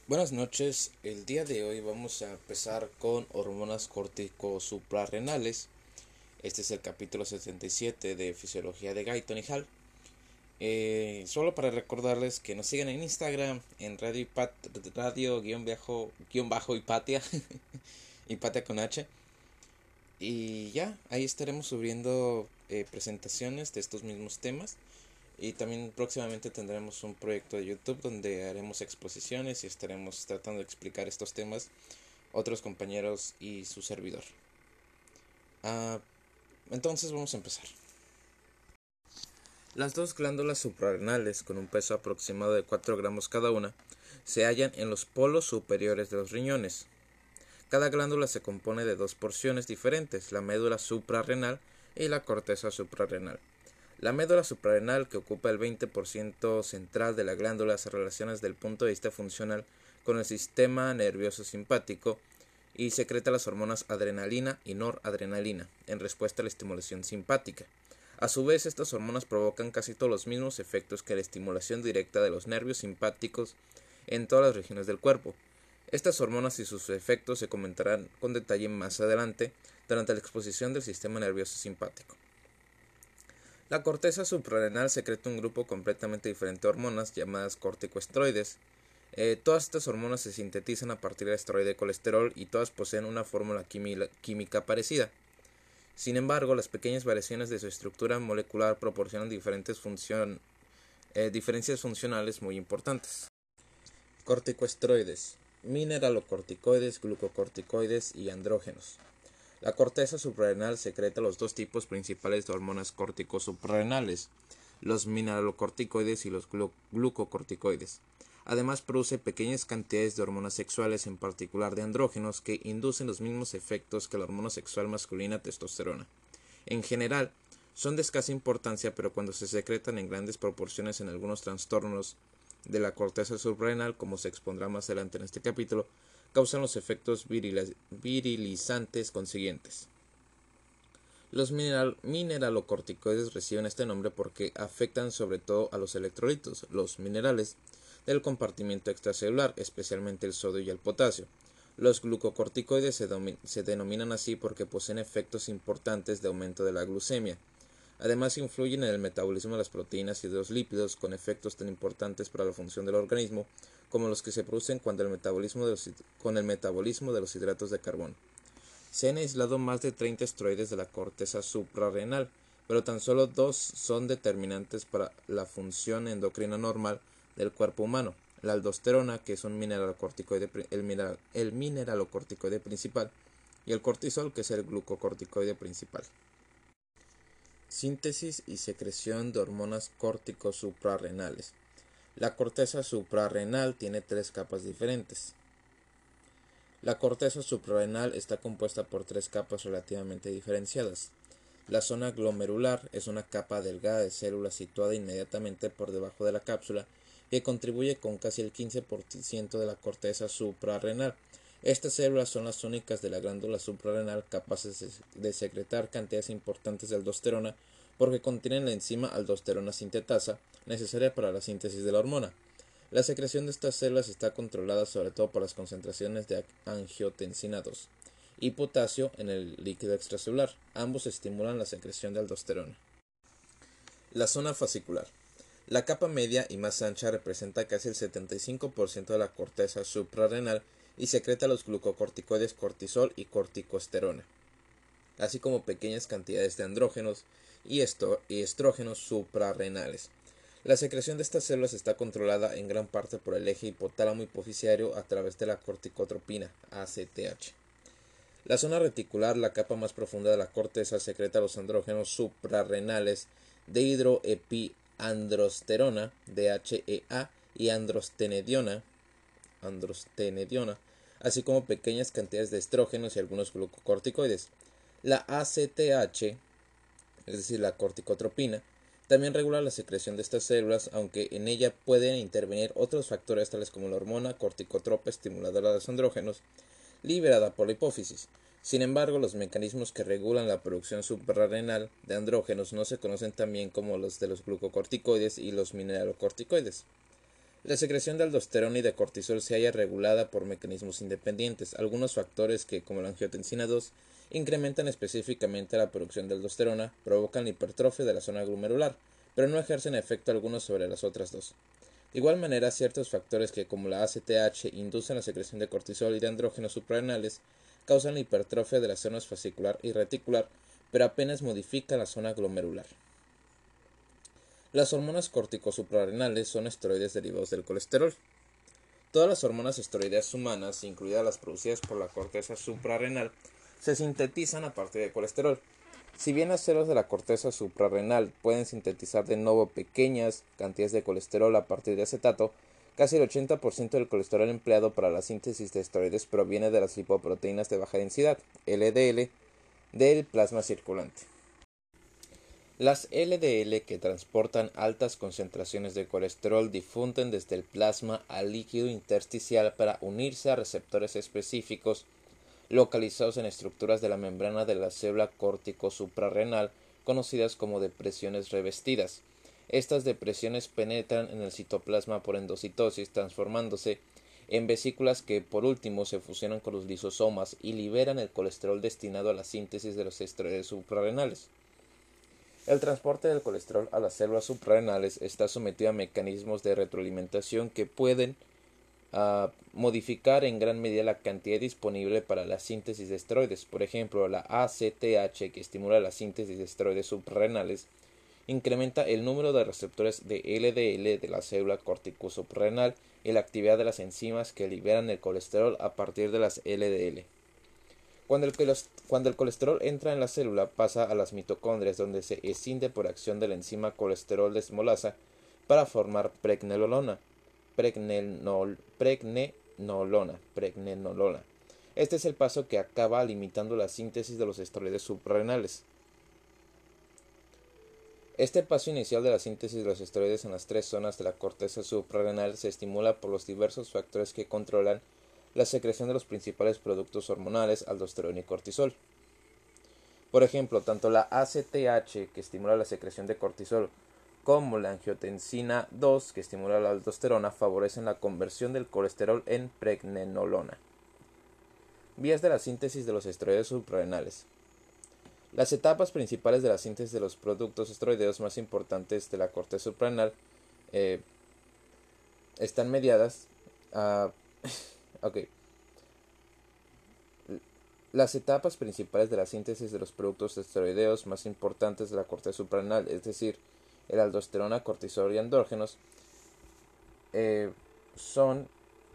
Buenas noches, el día de hoy vamos a empezar con hormonas corticosuprarrenales. Este es el capítulo 77 de Fisiología de Guyton y Hall. Solo para recordarles que nos sigan en Instagram en radio-Hipatia, Hipatia con H. Y ya, ahí estaremos subiendo presentaciones de estos mismos temas. Y también próximamente tendremos un proyecto de YouTube donde haremos exposiciones y estaremos tratando de explicar estos temas a otros compañeros y su servidor. Ah, entonces vamos a empezar. Las dos glándulas suprarrenales, con un peso aproximado de 4 gramos cada una, se hallan en los polos superiores de los riñones. Cada glándula se compone de dos porciones diferentes, la médula suprarrenal y la corteza suprarrenal. La médula suprarrenal, que ocupa el 20% central de la glándula, se relaciona desde el punto de vista funcional con el sistema nervioso simpático y secreta las hormonas adrenalina y noradrenalina en respuesta a la estimulación simpática. A su vez, estas hormonas provocan casi todos los mismos efectos que la estimulación directa de los nervios simpáticos en todas las regiones del cuerpo. Estas hormonas y sus efectos se comentarán con detalle más adelante durante la exposición del sistema nervioso simpático. La corteza suprarrenal secreta un grupo completamente diferente de hormonas llamadas corticosteroides. Todas estas hormonas se sintetizan a partir del esteroide colesterol y todas poseen una fórmula química parecida. Sin embargo, las pequeñas variaciones de su estructura molecular proporcionan diferencias funcionales muy importantes. Corticosteroides: mineralocorticoides, glucocorticoides y andrógenos. La corteza suprarrenal secreta los dos tipos principales de hormonas corticosuprarrenales, los mineralocorticoides y los glucocorticoides. Además, produce pequeñas cantidades de hormonas sexuales, en particular de andrógenos, que inducen los mismos efectos que la hormona sexual masculina testosterona. En general, son de escasa importancia, pero cuando se secretan en grandes proporciones en algunos trastornos de la corteza suprarrenal, como se expondrá más adelante en este capítulo, causan los efectos virilizantes consiguientes. Los mineralocorticoides reciben este nombre porque afectan sobre todo a los electrolitos, los minerales, del compartimiento extracelular, especialmente el sodio y el potasio. Los glucocorticoides se denominan así porque poseen efectos importantes de aumento de la glucemia. Además, influyen en el metabolismo de las proteínas y de los lípidos, con efectos tan importantes para la función del organismo como los que se producen con el metabolismo de los hidratos de carbono. Se han aislado más de 30 esteroides de la corteza suprarrenal, pero tan solo dos son determinantes para la función endocrina normal del cuerpo humano: la aldosterona, que es un el mineralocorticoide principal, y el cortisol, que es el glucocorticoide principal. Síntesis y secreción de hormonas corticosuprarrenales. La corteza suprarrenal tiene tres capas diferentes. La corteza suprarrenal está compuesta por tres capas relativamente diferenciadas. La zona glomerular es una capa delgada de células situada inmediatamente por debajo de la cápsula que contribuye con casi el 15% de la corteza suprarrenal. Estas células son las únicas de la glándula suprarrenal capaces de secretar cantidades importantes de aldosterona porque contienen la enzima aldosterona sintetasa necesaria para la síntesis de la hormona. La secreción de estas células está controlada sobre todo por las concentraciones de angiotensina 2 y potasio en el líquido extracelular. Ambos estimulan la secreción de aldosterona. La zona fascicular. La capa media y más ancha representa casi el 75% de la corteza suprarrenal y secreta los glucocorticoides cortisol y corticosterona, así como pequeñas cantidades de andrógenos y estrógenos suprarrenales. La secreción de estas células está controlada en gran parte por el eje hipotálamo hipofisiario a través de la corticotropina, ACTH. La zona reticular, la capa más profunda de la corteza, secreta los andrógenos suprarrenales dehidroepiandrosterona, DHEA, y androstenediona, así como pequeñas cantidades de estrógenos y algunos glucocorticoides. La ACTH, es decir, la corticotropina, también regula la secreción de estas células, aunque en ella pueden intervenir otros factores tales como la hormona corticotropa estimuladora de los andrógenos, liberada por la hipófisis. Sin embargo, los mecanismos que regulan la producción suprarrenal de andrógenos no se conocen tan bien como los de los glucocorticoides y los mineralocorticoides. La secreción de aldosterona y de cortisol se halla regulada por mecanismos independientes. Algunos factores que, como la angiotensina 2, incrementan específicamente la producción de aldosterona, provocan la hipertrofia de la zona glomerular, pero no ejercen efecto alguno sobre las otras dos. De igual manera, ciertos factores que, como la ACTH, inducen la secreción de cortisol y de andrógenos suprarrenales, causan la hipertrofia de las zonas fascicular y reticular, pero apenas modifican la zona glomerular. Las hormonas corticosuprarrenales son esteroides derivados del colesterol. Todas las hormonas esteroideas humanas, incluidas las producidas por la corteza suprarrenal, se sintetizan a partir de colesterol. Si bien las células de la corteza suprarrenal pueden sintetizar de nuevo pequeñas cantidades de colesterol a partir de acetato, casi el 80% del colesterol empleado para la síntesis de esteroides proviene de las lipoproteínas de baja densidad, LDL, del plasma circulante. Las LDL que transportan altas concentraciones de colesterol difunden desde el plasma al líquido intersticial para unirse a receptores específicos localizados en estructuras de la membrana de la célula córtico-suprarrenal conocidas como depresiones revestidas. Estas depresiones penetran en el citoplasma por endocitosis, transformándose en vesículas que por último se fusionan con los lisosomas y liberan el colesterol destinado a la síntesis de los esteroides suprarrenales. El transporte del colesterol a las células suprarrenales está sometido a mecanismos de retroalimentación que pueden modificar en gran medida la cantidad disponible para la síntesis de esteroides. Por ejemplo, la ACTH, que estimula la síntesis de esteroides suprarrenales, incrementa el número de receptores de LDL de la célula corticosuprarrenal y la actividad de las enzimas que liberan el colesterol a partir de las LDL. Cuando el colesterol entra en la célula, pasa a las mitocondrias, donde se escinde por acción de la enzima colesterol desmolasa para formar pregnenolona. Este es el paso que acaba limitando la síntesis de los esteroides suprarrenales. Este paso inicial de la síntesis de los esteroides en las tres zonas de la corteza suprarrenal se estimula por los diversos factores que controlan la secreción de los principales productos hormonales, aldosterona y cortisol. Por ejemplo, tanto la ACTH, que estimula la secreción de cortisol, como la angiotensina 2, que estimula la aldosterona, favorecen la conversión del colesterol en pregnenolona. Vías de la síntesis de los esteroides suprarrenales. Las etapas principales de la síntesis de los productos esteroideos más importantes de la corteza suprarrenal están mediadas a Las etapas principales de la síntesis de los productos esteroideos más importantes de la corteza suprarrenal, es decir, el aldosterona, cortisol y andrógenos, son...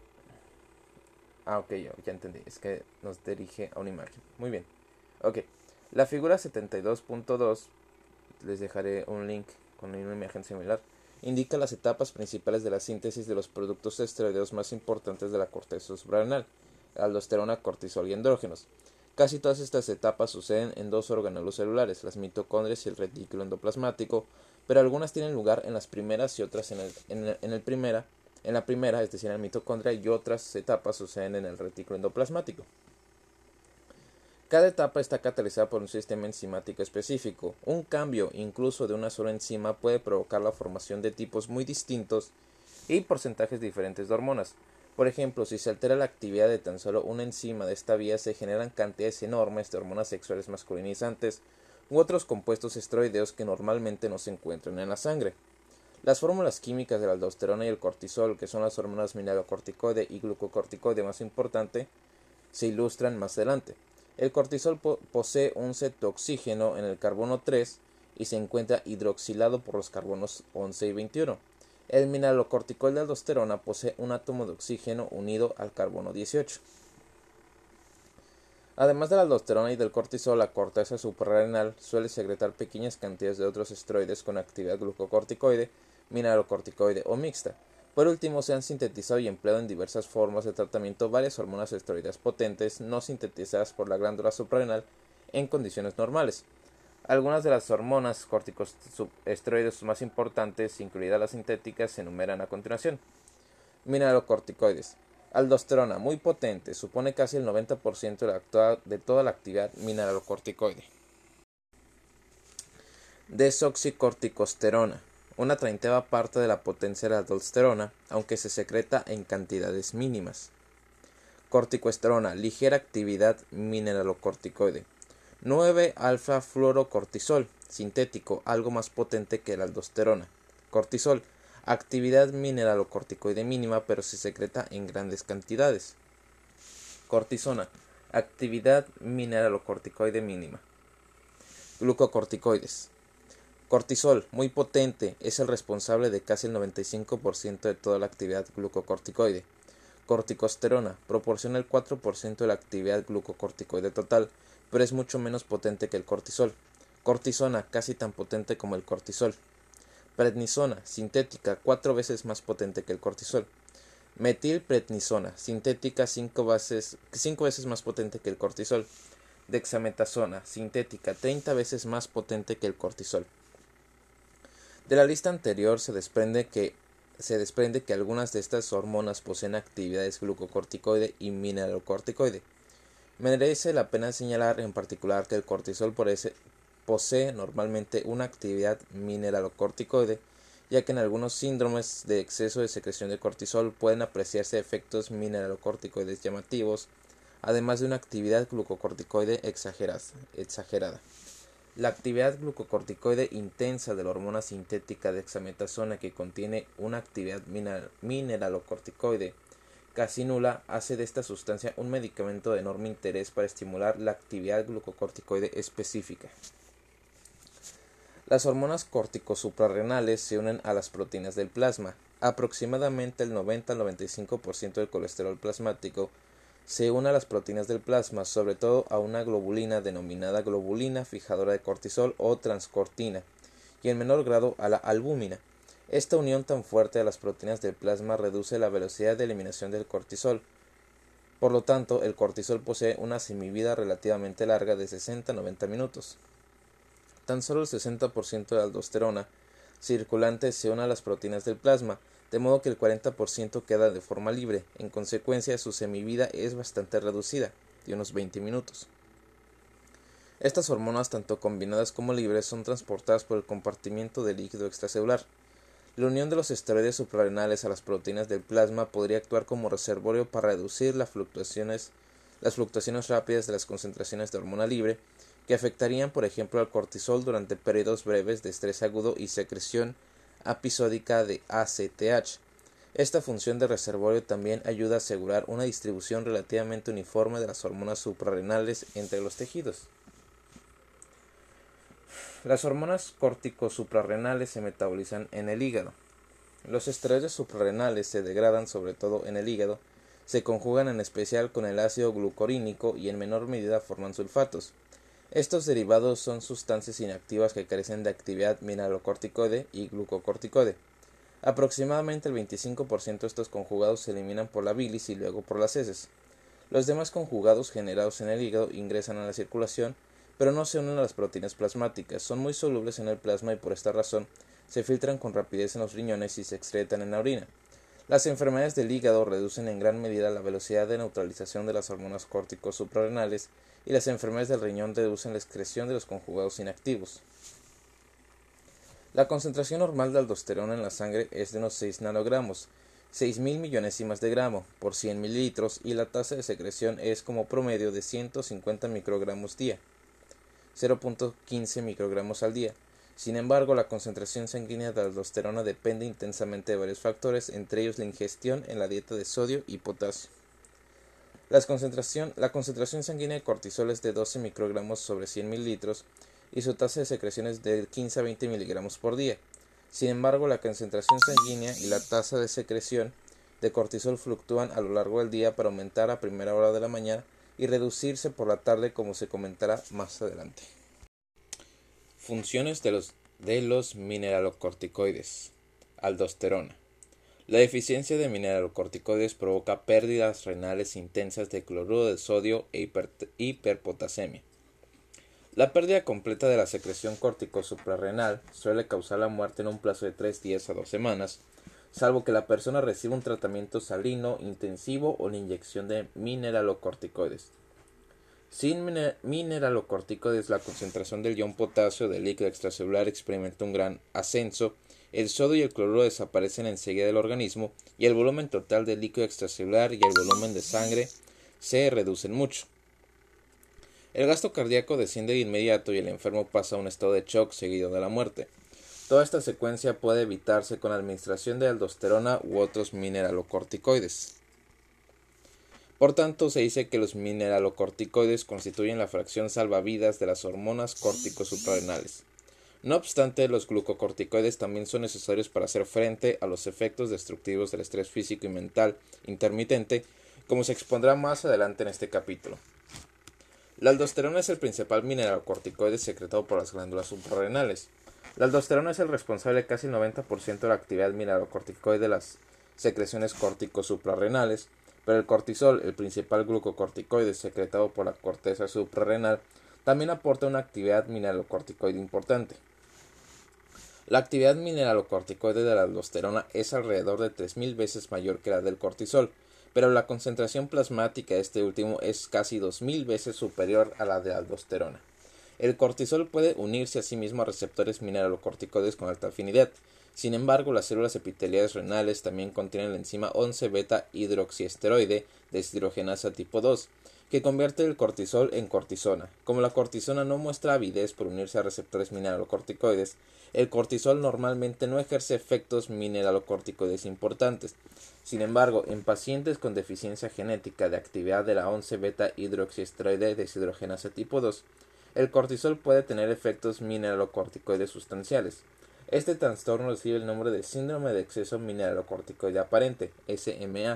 ya entendí, es que nos dirige a una imagen. Muy bien. La figura 72.2, les dejaré un link con una imagen similar, indica las etapas principales de la síntesis de los productos esteroideos más importantes de la corteza suprarrenal, aldosterona, cortisol y andrógenos. Casi todas estas etapas suceden en dos organelos celulares, las mitocondrias y el retículo endoplasmático, pero algunas tienen lugar en las primeras y otras en la primera, es decir, en la mitocondria, y otras etapas suceden en el retículo endoplasmático. Cada etapa está catalizada por un sistema enzimático específico. Un cambio, incluso de una sola enzima, puede provocar la formación de tipos muy distintos y porcentajes diferentes de hormonas. Por ejemplo, si se altera la actividad de tan solo una enzima de esta vía, se generan cantidades enormes de hormonas sexuales masculinizantes u otros compuestos esteroideos que normalmente no se encuentran en la sangre. Las fórmulas químicas de la aldosterona y el cortisol, que son las hormonas mineralocorticoide y glucocorticoide más importantes, se ilustran más adelante. El cortisol posee un cetooxígeno en el carbono 3 y se encuentra hidroxilado por los carbonos 11 y 21. El mineralocorticoide de aldosterona posee un átomo de oxígeno unido al carbono 18. Además de la aldosterona y del cortisol, la corteza suprarrenal suele secretar pequeñas cantidades de otros esteroides con actividad glucocorticoide, mineralocorticoide o mixta. Por último, se han sintetizado y empleado en diversas formas de tratamiento varias hormonas esteroideas potentes no sintetizadas por la glándula suprarrenal en condiciones normales. Algunas de las hormonas corticosteroides más importantes, incluidas las sintéticas, se enumeran a continuación. Mineralocorticoides. Aldosterona, muy potente, supone casi el 90% de toda la actividad mineralocorticoide. Desoxicorticosterona. una treintava parte de la potencia de la aldosterona, aunque se secreta en cantidades mínimas. Corticoesterona, ligera actividad mineralocorticoide. 9-alfa-fluorocortisol, sintético, algo más potente que la aldosterona. Cortisol, actividad mineralocorticoide mínima, pero se secreta en grandes cantidades. Cortisona, actividad mineralocorticoide mínima. Glucocorticoides. Cortisol, muy potente, es el responsable de casi el 95% de toda la actividad glucocorticoide. Corticosterona, proporciona el 4% de la actividad glucocorticoide total, pero es mucho menos potente que el cortisol. Cortisona, casi tan potente como el cortisol. Prednisona, sintética, 4 veces más potente que el cortisol. Metilprednisona, sintética, 5 veces más potente que el cortisol. Dexametasona, sintética, 30 veces más potente que el cortisol. De la lista anterior se desprende que algunas de estas hormonas poseen actividades glucocorticoide y mineralocorticoide. Merece la pena señalar en particular que el cortisol posee normalmente una actividad mineralocorticoide, ya que en algunos síndromes de exceso de secreción de cortisol pueden apreciarse efectos mineralocorticoides llamativos, además de una actividad glucocorticoide exagerada. La actividad glucocorticoide intensa de la hormona sintética dexametasona, que contiene una actividad mineralocorticoide casi nula, hace de esta sustancia un medicamento de enorme interés para estimular la actividad glucocorticoide específica. Las hormonas corticosuprarrenales se unen a las proteínas del plasma. Aproximadamente el 90 al 95% del colesterol plasmático se une a las proteínas del plasma, sobre todo a una globulina denominada globulina fijadora de cortisol o transcortina, y en menor grado a la albúmina. Esta unión tan fuerte a las proteínas del plasma reduce la velocidad de eliminación del cortisol. Por lo tanto, el cortisol posee una semivida relativamente larga de 60 a 90 minutos. Tan solo el 60% de la aldosterona circulante se une a las proteínas del plasma, de modo que el 40% queda de forma libre. En consecuencia, su semivida es bastante reducida, de unos 20 minutos. Estas hormonas, tanto combinadas como libres, son transportadas por el compartimiento del líquido extracelular. La unión de los esteroides suprarrenales a las proteínas del plasma podría actuar como reservorio para reducir las fluctuaciones rápidas de las concentraciones de hormona libre, que afectarían, por ejemplo, al cortisol durante periodos breves de estrés agudo y secreción episódica de ACTH. Esta función de reservorio también ayuda a asegurar una distribución relativamente uniforme de las hormonas suprarrenales entre los tejidos. Las hormonas córtico-suprarrenales se metabolizan en el hígado. Los esteroides suprarrenales se degradan sobre todo en el hígado, se conjugan en especial con el ácido glucurínico y en menor medida forman sulfatos. Estos derivados son sustancias inactivas que carecen de actividad mineralocorticoide y glucocorticoide. Aproximadamente el 25% de estos conjugados se eliminan por la bilis y luego por las heces. Los demás conjugados generados en el hígado ingresan a la circulación, pero no se unen a las proteínas plasmáticas. Son muy solubles en el plasma y por esta razón se filtran con rapidez en los riñones y se excretan en la orina. Las enfermedades del hígado reducen en gran medida la velocidad de neutralización de las hormonas córticos suprarrenales y las enfermedades del riñón reducen la excreción de los conjugados inactivos. La concentración normal de aldosterona en la sangre es de unos 6 nanogramos, 6.000 millonésimas de gramo por 100 mililitros, y la tasa de secreción es como promedio de 150 microgramos día, 0.15 microgramos al día. Sin embargo, la concentración sanguínea de aldosterona depende intensamente de varios factores, entre ellos la ingestión en la dieta de sodio y potasio. La concentración sanguínea de cortisol es de 12 microgramos sobre 100 mililitros y su tasa de secreción es de 15 a 20 miligramos por día. Sin embargo, la concentración sanguínea y la tasa de secreción de cortisol fluctúan a lo largo del día para aumentar a primera hora de la mañana y reducirse por la tarde, como se comentará más adelante. Funciones de los mineralocorticoides. Aldosterona. La deficiencia de mineralocorticoides provoca pérdidas renales intensas de cloruro de sodio e hiperpotasemia. La pérdida completa de la secreción córtico-suprarrenal suele causar la muerte en un plazo de 3 días a 2 semanas, salvo que la persona reciba un tratamiento salino intensivo o la inyección de mineralocorticoides. Sin mineralocorticoides, la concentración del ion potasio del líquido extracelular experimenta un gran ascenso el sodio y el cloruro desaparecen enseguida del organismo y el volumen total del líquido extracelular y el volumen de sangre se reducen mucho. El gasto cardíaco desciende de inmediato y el enfermo pasa a un estado de shock seguido de la muerte. Toda esta secuencia puede evitarse con la administración de aldosterona u otros mineralocorticoides. Por tanto, se dice que los mineralocorticoides constituyen la fracción salvavidas de las hormonas córtico-suprarrenales. No obstante, los glucocorticoides también son necesarios para hacer frente a los efectos destructivos del estrés físico y mental intermitente, como se expondrá más adelante en este capítulo. La aldosterona es el principal mineralocorticoide secretado por las glándulas suprarrenales. La aldosterona es el responsable de casi el 90% de la actividad mineralocorticoide de las secreciones córtico-suprarrenales, pero el cortisol, el principal glucocorticoide secretado por la corteza suprarrenal, también aporta una actividad mineralocorticoide importante. La actividad mineralocorticoide de la aldosterona es alrededor de 3000 veces mayor que la del cortisol, pero la concentración plasmática de este último es casi 2000 veces superior a la de la aldosterona. El cortisol puede unirse a sí mismo a receptores mineralocorticoides con alta afinidad. Sin embargo, las células epiteliales renales también contienen la enzima 11-beta hidroxiesteroide deshidrogenasa tipo 2, que convierte el cortisol en cortisona. Como la cortisona no muestra avidez por unirse a receptores mineralocorticoides, el cortisol normalmente no ejerce efectos mineralocorticoides importantes. Sin embargo, en pacientes con deficiencia genética de actividad de la 11-beta hidroxiesteroide deshidrogenasa tipo 2, el cortisol puede tener efectos mineralocorticoides sustanciales. Este trastorno recibe el nombre de síndrome de exceso mineralocorticoide aparente, SMA,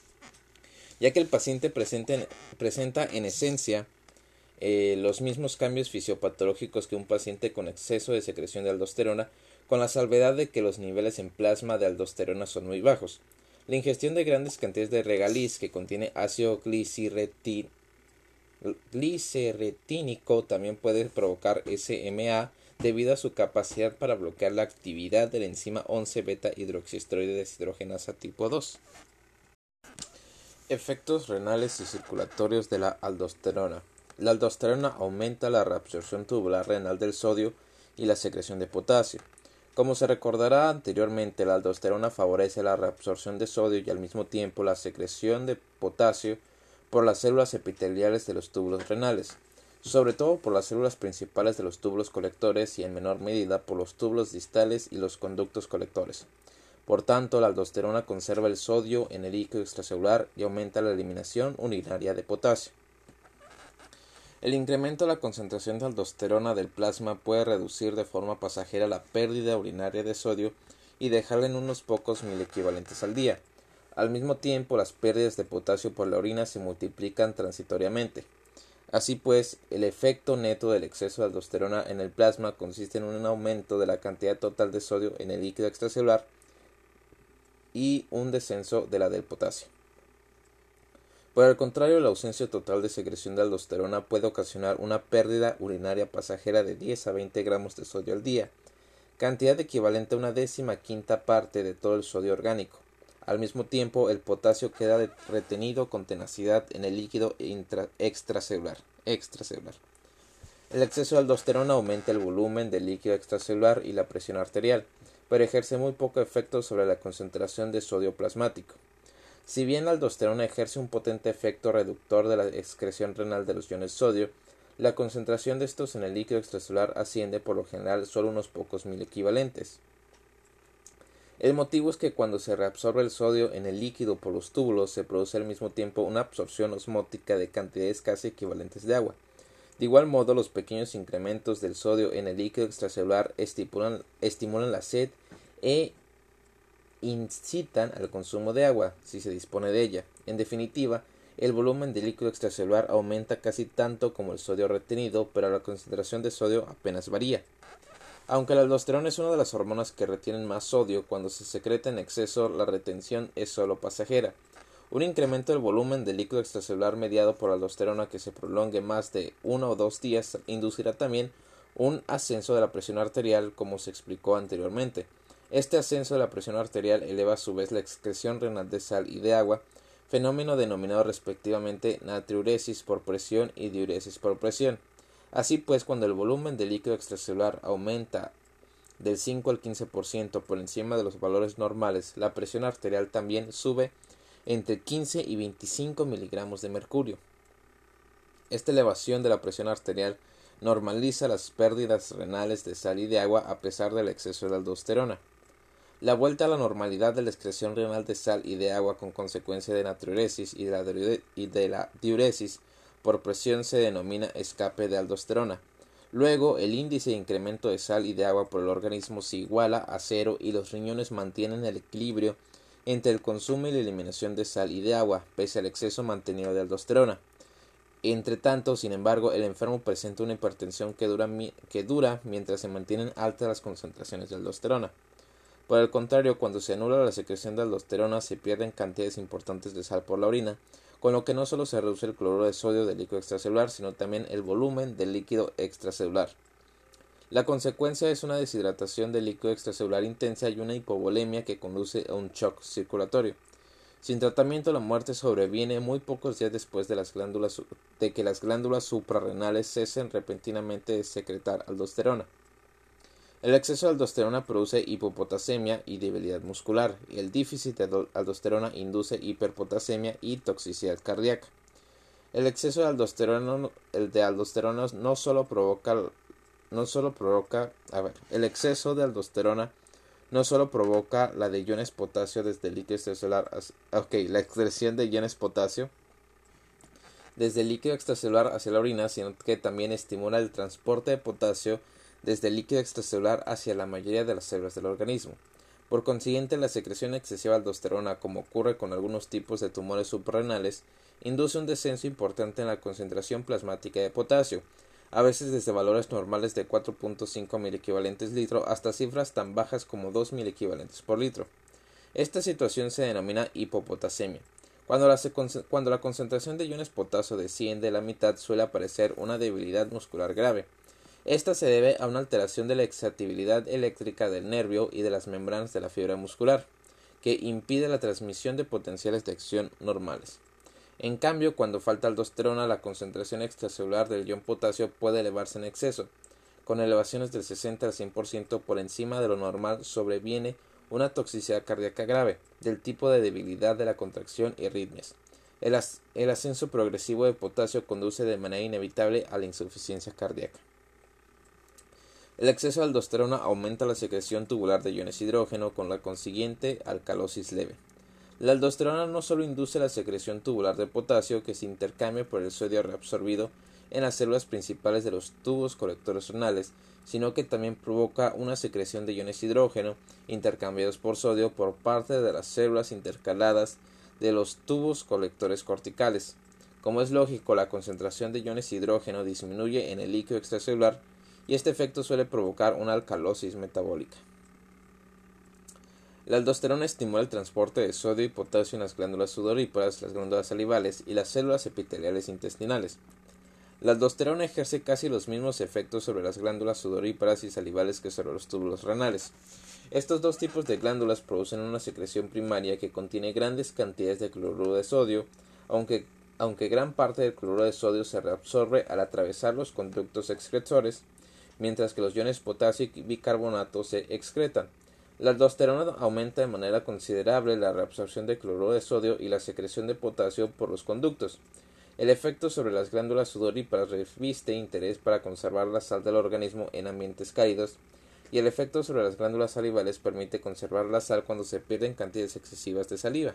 ya que el paciente presenta en esencia los mismos cambios fisiopatológicos que un paciente con exceso de secreción de aldosterona, con la salvedad de que los niveles en plasma de aldosterona son muy bajos. La ingestión de grandes cantidades de regaliz que contiene ácido glicerretínico también puede provocar SMA debido a su capacidad para bloquear la actividad de la enzima 11-beta hidroxiesteroide deshidrogenasa tipo 2. Efectos renales y circulatorios de la aldosterona. La aldosterona aumenta la reabsorción tubular renal del sodio y la secreción de potasio. Como se recordará anteriormente, la aldosterona favorece la reabsorción de sodio y al mismo tiempo la secreción de potasio por las células epiteliales de los túbulos renales, sobre todo por las células principales de los túbulos colectores y en menor medida por los túbulos distales y los conductos colectores. Por tanto, la aldosterona conserva el sodio en el líquido extracelular y aumenta la eliminación urinaria de potasio. El incremento de la concentración de aldosterona del plasma puede reducir de forma pasajera la pérdida urinaria de sodio y dejarla en unos pocos milequivalentes al día. Al mismo tiempo, las pérdidas de potasio por la orina se multiplican transitoriamente. Así pues, el efecto neto del exceso de aldosterona en el plasma consiste en un aumento de la cantidad total de sodio en el líquido extracelular y un descenso de la del potasio. Por el contrario, la ausencia total de secreción de aldosterona puede ocasionar una pérdida urinaria pasajera de 10 a 20 gramos de sodio al día, cantidad equivalente a una 15ª parte de todo el sodio orgánico. Al mismo tiempo, el potasio queda retenido con tenacidad en el líquido extracelular. El exceso de aldosterona aumenta el volumen del líquido extracelular y la presión arterial, pero ejerce muy poco efecto sobre la concentración de sodio plasmático. Si bien la aldosterona ejerce un potente efecto reductor de la excreción renal de los iones sodio, la concentración de estos en el líquido extracelular asciende por lo general solo unos pocos milequivalentes. El motivo es que cuando se reabsorbe el sodio en el líquido por los túbulos se produce al mismo tiempo una absorción osmótica de cantidades casi equivalentes de agua. De igual modo, los pequeños incrementos del sodio en el líquido extracelular estimulan la sed e incitan al consumo de agua, si se dispone de ella. En definitiva, el volumen de líquido extracelular aumenta casi tanto como el sodio retenido, pero la concentración de sodio apenas varía. Aunque la aldosterona es una de las hormonas que retienen más sodio, cuando se secreta en exceso, la retención es solo pasajera. Un incremento del volumen del líquido extracelular mediado por aldosterona que se prolongue más de 1 o 2 días inducirá también un ascenso de la presión arterial, como se explicó anteriormente. Este ascenso de la presión arterial eleva a su vez la excreción renal de sal y de agua, fenómeno denominado respectivamente natriuresis por presión y diuresis por presión. Así pues, cuando el volumen del líquido extracelular aumenta del 5 al 15% por encima de los valores normales, la presión arterial también sube entre 15 y 25 miligramos de mercurio. Esta elevación de la presión arterial normaliza las pérdidas renales de sal y de agua a pesar del exceso de aldosterona. La vuelta a la normalidad de la excreción renal de sal y de agua con consecuencia de natriuresis y de la diuresis por presión se denomina escape de aldosterona. Luego, el índice de incremento de sal y de agua por el organismo se iguala a cero y los riñones mantienen el equilibrio entre el consumo y la eliminación de sal y de agua, pese al exceso mantenido de aldosterona. Entre tanto, sin embargo, el enfermo presenta una hipertensión que dura mientras se mantienen altas las concentraciones de aldosterona. Por el contrario, cuando se anula la secreción de aldosterona, se pierden cantidades importantes de sal por la orina, con lo que no solo se reduce el cloruro de sodio del líquido extracelular, sino también el volumen del líquido extracelular. La consecuencia es una deshidratación del líquido extracelular intensa y una hipovolemia que conduce a un shock circulatorio. Sin tratamiento, la muerte sobreviene muy pocos días después de que las glándulas suprarrenales cesen repentinamente de secretar aldosterona. El exceso de aldosterona produce hipopotasemia y debilidad muscular, y el déficit de aldosterona induce hiperpotasemia y toxicidad cardíaca. El exceso de aldosterona no solo provoca la de iones potasio desde el líquido extracelular, la excreción de iones potasio desde el líquido extracelular hacia la orina, sino que también estimula el transporte de potasio desde el líquido extracelular hacia la mayoría de las células del organismo. Por consiguiente, la secreción excesiva de aldosterona, como ocurre con algunos tipos de tumores suprarrenales, induce un descenso importante en la concentración plasmática de potasio, a veces desde valores normales de 4.5 miliequivalentes litro hasta cifras tan bajas como 2 miliequivalentes por litro. Esta situación se denomina hipopotasemia. Cuando la concentración de iones potasio desciende a la mitad, suele aparecer una debilidad muscular grave. Esta se debe a una alteración de la excitabilidad eléctrica del nervio y de las membranas de la fibra muscular, que impide la transmisión de potenciales de acción normales. En cambio, cuando falta aldosterona, la concentración extracelular del ion potasio puede elevarse en exceso. Con elevaciones del 60 al 100% por encima de lo normal, sobreviene una toxicidad cardíaca grave, del tipo de debilidad de la contracción y arritmias. El ascenso progresivo de potasio conduce de manera inevitable a la insuficiencia cardíaca. El exceso de aldosterona aumenta la secreción tubular de iones hidrógeno con la consiguiente alcalosis leve. La aldosterona no solo induce la secreción tubular de potasio que se intercambia por el sodio reabsorbido en las células principales de los tubos colectores renales, sino que también provoca una secreción de iones hidrógeno intercambiados por sodio por parte de las células intercaladas de los tubos colectores corticales. Como es lógico, la concentración de iones hidrógeno disminuye en el líquido extracelular y este efecto suele provocar una alcalosis metabólica. La aldosterona estimula el transporte de sodio y potasio en las glándulas sudoríparas, las glándulas salivales y las células epiteliales intestinales. La aldosterona ejerce casi los mismos efectos sobre las glándulas sudoríparas y salivales que sobre los túbulos renales. Estos dos tipos de glándulas producen una secreción primaria que contiene grandes cantidades de cloruro de sodio, aunque gran parte del cloruro de sodio se reabsorbe al atravesar los conductos excretores, mientras que los iones potasio y bicarbonato se excretan. La aldosterona aumenta de manera considerable la reabsorción de cloruro de sodio y la secreción de potasio por los conductos. El efecto sobre las glándulas sudoríparas reviste interés para conservar la sal del organismo en ambientes cálidos, y el efecto sobre las glándulas salivales permite conservar la sal cuando se pierden cantidades excesivas de saliva.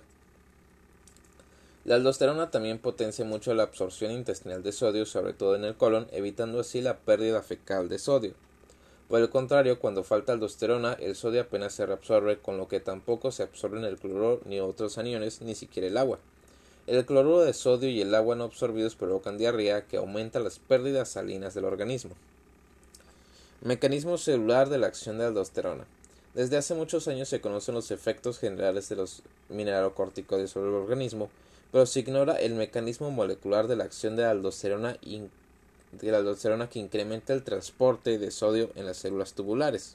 La aldosterona también potencia mucho la absorción intestinal de sodio, sobre todo en el colon, evitando así la pérdida fecal de sodio. Por el contrario, cuando falta aldosterona, el sodio apenas se reabsorbe, con lo que tampoco se absorben el cloruro ni otros aniones, ni siquiera el agua. El cloruro de sodio y el agua no absorbidos provocan diarrea, que aumenta las pérdidas salinas del organismo. Mecanismo celular de la acción de aldosterona. Desde hace muchos años se conocen los efectos generales de los mineralocorticoides sobre el organismo, pero se ignora el mecanismo molecular de la acción de la aldosterona que incrementa el transporte de sodio en las células tubulares.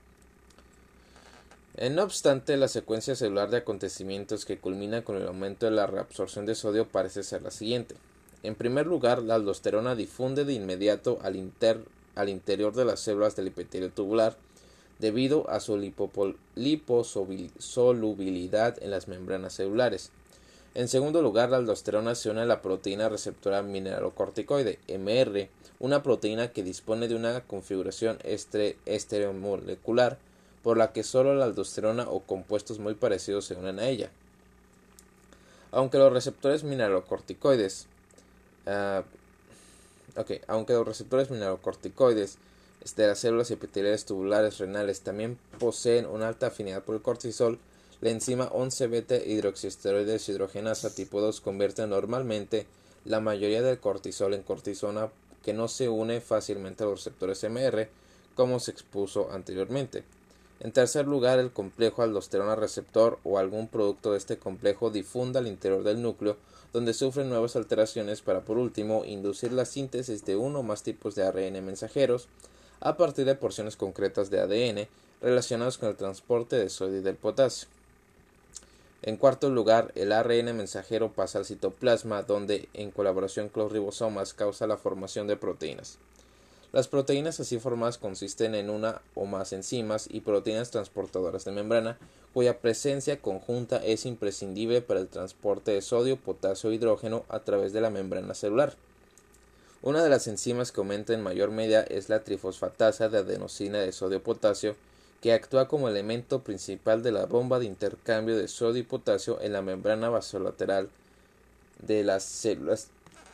No obstante, la secuencia celular de acontecimientos que culmina con el aumento de la reabsorción de sodio parece ser la siguiente. En primer lugar, la aldosterona difunde de inmediato al interior de las células del epitelio tubular, debido a su liposolubilidad en las membranas celulares. En segundo lugar, la aldosterona se une a la proteína receptora mineralocorticoide, MR, una proteína que dispone de una configuración estereomolecular por la que solo la aldosterona o compuestos muy parecidos se unen a ella. Aunque los receptores mineralocorticoides de las células epiteliales tubulares renales también poseen una alta afinidad por el cortisol, la enzima 11-beta hidroxiesteroide deshidrogenasa tipo 2 convierte normalmente la mayoría del cortisol en cortisona que no se une fácilmente a los receptores MR, como se expuso anteriormente. En tercer lugar, el complejo aldosterona receptor o algún producto de este complejo difunde al interior del núcleo, donde sufren nuevas alteraciones para, por último, inducir la síntesis de uno o más tipos de ARN mensajeros a partir de porciones concretas de ADN relacionados con el transporte de sodio y del potasio. En cuarto lugar, el ARN mensajero pasa al citoplasma, donde, en colaboración con los ribosomas, causa la formación de proteínas. Las proteínas así formadas consisten en una o más enzimas y proteínas transportadoras de membrana, cuya presencia conjunta es imprescindible para el transporte de sodio, potasio e hidrógeno a través de la membrana celular. Una de las enzimas que aumenta en mayor medida es la trifosfatasa de adenosina de sodio-potasio, que actúa como elemento principal de la bomba de intercambio de sodio y potasio en la membrana basolateral de las células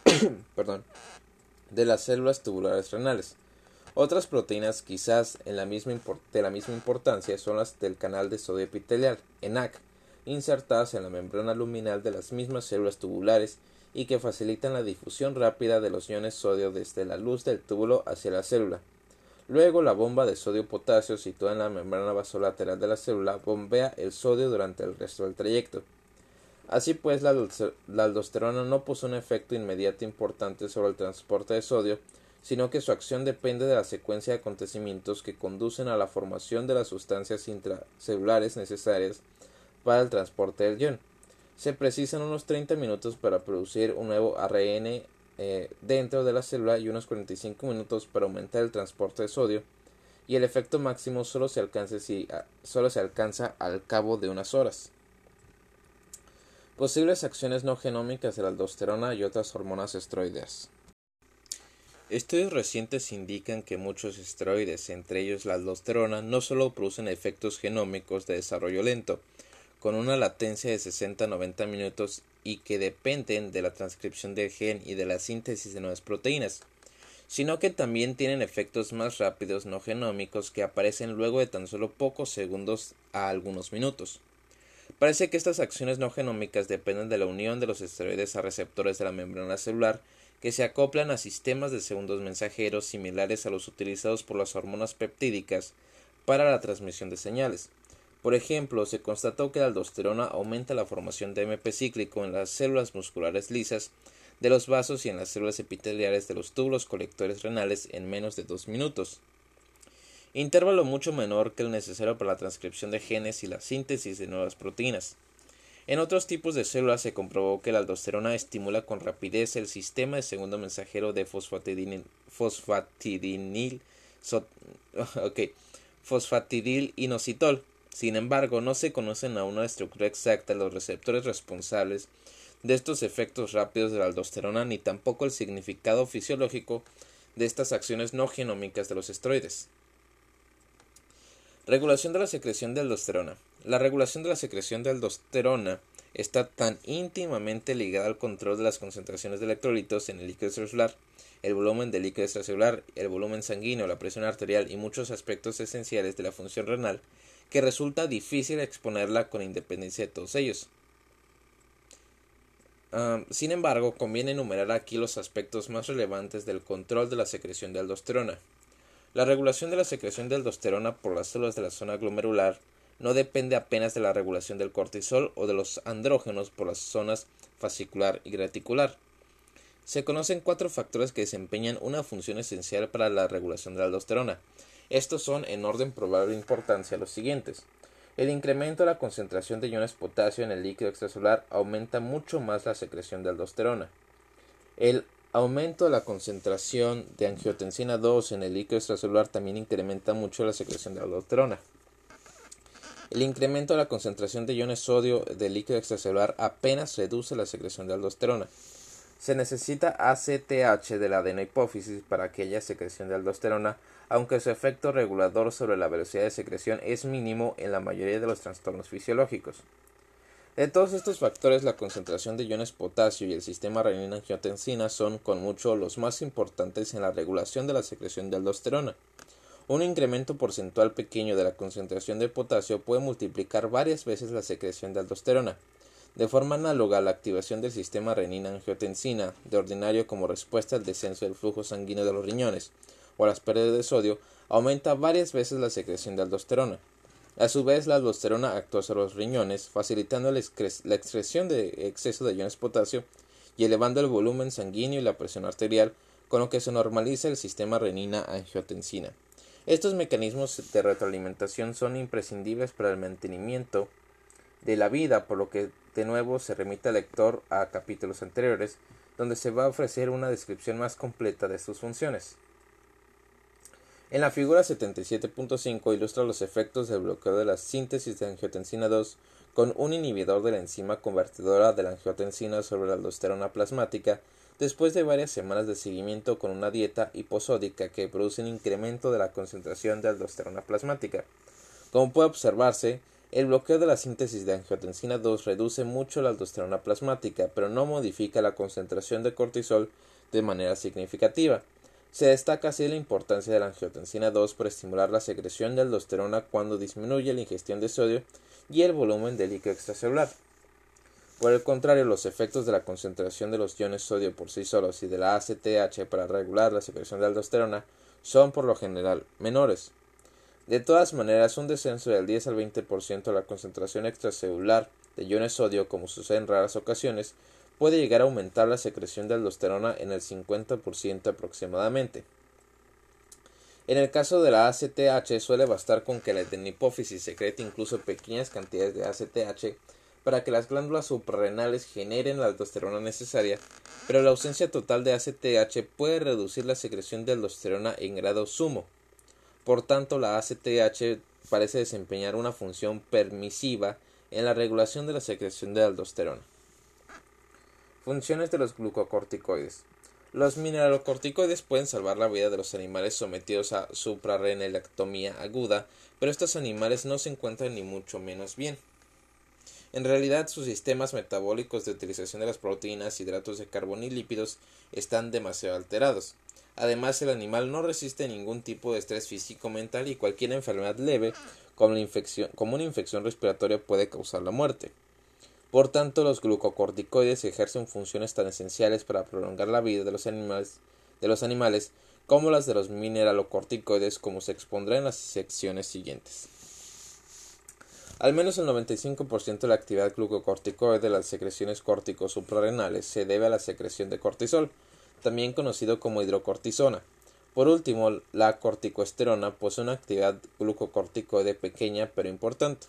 de las células tubulares renales. Otras proteínas quizás de la misma importancia son las del canal de sodio epitelial, ENaC, insertadas en la membrana luminal de las mismas células tubulares y que facilitan la difusión rápida de los iones sodio desde la luz del túbulo hacia la célula. Luego, la bomba de sodio-potasio situada en la membrana basolateral de la célula bombea el sodio durante el resto del trayecto. Así pues, la aldosterona no posee un efecto inmediato importante sobre el transporte de sodio, sino que su acción depende de la secuencia de acontecimientos que conducen a la formación de las sustancias intracelulares necesarias para el transporte del ion. Se precisan unos 30 minutos para producir un nuevo ARN dentro de la célula y unos 45 minutos para aumentar el transporte de sodio, y el efecto máximo solo se alcanza al cabo de unas horas. Posibles acciones no genómicas de la aldosterona y otras hormonas esteroideas. Estudios recientes indican que muchos esteroides, entre ellos la aldosterona, no solo producen efectos genómicos de desarrollo lento, con una latencia de 60 a 90 minutos y que dependen de la transcripción del gen y de la síntesis de nuevas proteínas, sino que también tienen efectos más rápidos no genómicos que aparecen luego de tan solo pocos segundos a algunos minutos. Parece que estas acciones no genómicas dependen de la unión de los esteroides a receptores de la membrana celular que se acoplan a sistemas de segundos mensajeros similares a los utilizados por las hormonas peptídicas para la transmisión de señales. Por ejemplo, se constató que la aldosterona aumenta la formación de AMP cíclico en las células musculares lisas de los vasos y en las células epiteliales de los túbulos colectores renales en menos de 2 minutos. Intervalo mucho menor que el necesario para la transcripción de genes y la síntesis de nuevas proteínas. En otros tipos de células se comprobó que la aldosterona estimula con rapidez el sistema de segundo mensajero de fosfatidil-inositol. Sin embargo, no se conocen aún la estructura exacta de los receptores responsables de estos efectos rápidos de la aldosterona ni tampoco el significado fisiológico de estas acciones no genómicas de los esteroides. Regulación de la secreción de aldosterona. La regulación de la secreción de aldosterona está tan íntimamente ligada al control de las concentraciones de electrolitos en el líquido extracelular, el volumen del líquido extracelular, el volumen sanguíneo, la presión arterial y muchos aspectos esenciales de la función renal que resulta difícil exponerla con independencia de todos ellos. Sin embargo, conviene enumerar aquí los aspectos más relevantes del control de la secreción de aldosterona. La regulación de la secreción de aldosterona por las células de la zona glomerular no depende apenas de la regulación del cortisol o de los andrógenos por las zonas fascicular y reticular. Se conocen 4 factores que desempeñan una función esencial para la regulación de la aldosterona. Estos son, en orden probable de importancia, los siguientes. El incremento de la concentración de iones potasio en el líquido extracelular aumenta mucho más la secreción de aldosterona. El Aumento de la concentración de angiotensina 2 en el líquido extracelular también incrementa mucho la secreción de aldosterona. El incremento de la concentración de iones sodio del líquido extracelular apenas reduce la secreción de aldosterona. Se necesita ACTH de la adenohipófisis para que haya secreción de aldosterona, aunque su efecto regulador sobre la velocidad de secreción es mínimo en la mayoría de los trastornos fisiológicos. De todos estos factores, la concentración de iones potasio y el sistema renina-angiotensina son con mucho los más importantes en la regulación de la secreción de aldosterona. Un incremento porcentual pequeño de la concentración de potasio puede multiplicar varias veces la secreción de aldosterona. De forma análoga a la activación del sistema renina-angiotensina, de ordinario como respuesta al descenso del flujo sanguíneo de los riñones o a las pérdidas de sodio, aumenta varias veces la secreción de aldosterona. A su vez, la aldosterona actúa sobre los riñones, facilitando la excreción de exceso de iones potasio y elevando el volumen sanguíneo y la presión arterial, con lo que se normaliza el sistema renina-angiotensina. Estos mecanismos de retroalimentación son imprescindibles para el mantenimiento de la vida, por lo que de nuevo se remite al lector a capítulos anteriores, donde se va a ofrecer una descripción más completa de sus funciones. En la figura 77.5 ilustra los efectos del bloqueo de la síntesis de angiotensina 2 con un inhibidor de la enzima convertidora de la angiotensina sobre la aldosterona plasmática después de varias semanas de seguimiento con una dieta hiposódica que produce un incremento de la concentración de aldosterona plasmática. Como puede observarse, el bloqueo de la síntesis de angiotensina 2 reduce mucho la aldosterona plasmática, pero no modifica la concentración de cortisol de manera significativa. Se destaca así la importancia de la angiotensina 2 para estimular la secreción de aldosterona cuando disminuye la ingestión de sodio y el volumen de líquido extracelular. Por el contrario, los efectos de la concentración de los iones sodio por sí solos y de la ACTH para regular la secreción de aldosterona son por lo general menores. De todas maneras, un descenso del 10 al 20% de la concentración extracelular de iones sodio, como sucede en raras ocasiones, puede llegar a aumentar la secreción de aldosterona en el 50% aproximadamente. En el caso de la ACTH suele bastar con que la adenohipófisis secrete incluso pequeñas cantidades de ACTH para que las glándulas suprarrenales generen la aldosterona necesaria, pero la ausencia total de ACTH puede reducir la secreción de aldosterona en grado sumo. Por tanto, la ACTH parece desempeñar una función permisiva en la regulación de la secreción de aldosterona. Funciones de los glucocorticoides. Los mineralocorticoides pueden salvar la vida de los animales sometidos a suprarrenalectomía aguda, pero estos animales no se encuentran ni mucho menos bien. En realidad, sus sistemas metabólicos de utilización de las proteínas, hidratos de carbono y lípidos están demasiado alterados. Además, el animal no resiste ningún tipo de estrés físico-mental y cualquier enfermedad leve, como una infección respiratoria, puede causar la muerte. Por tanto, los glucocorticoides ejercen funciones tan esenciales para prolongar la vida de los animales como las de los mineralocorticoides, como se expondrá en las secciones siguientes. Al menos el 95% de la actividad glucocorticoide de las secreciones córtico-suprarrenales se debe a la secreción de cortisol, también conocido como hidrocortisona. Por último, la corticosterona posee una actividad glucocorticoide pequeña pero importante.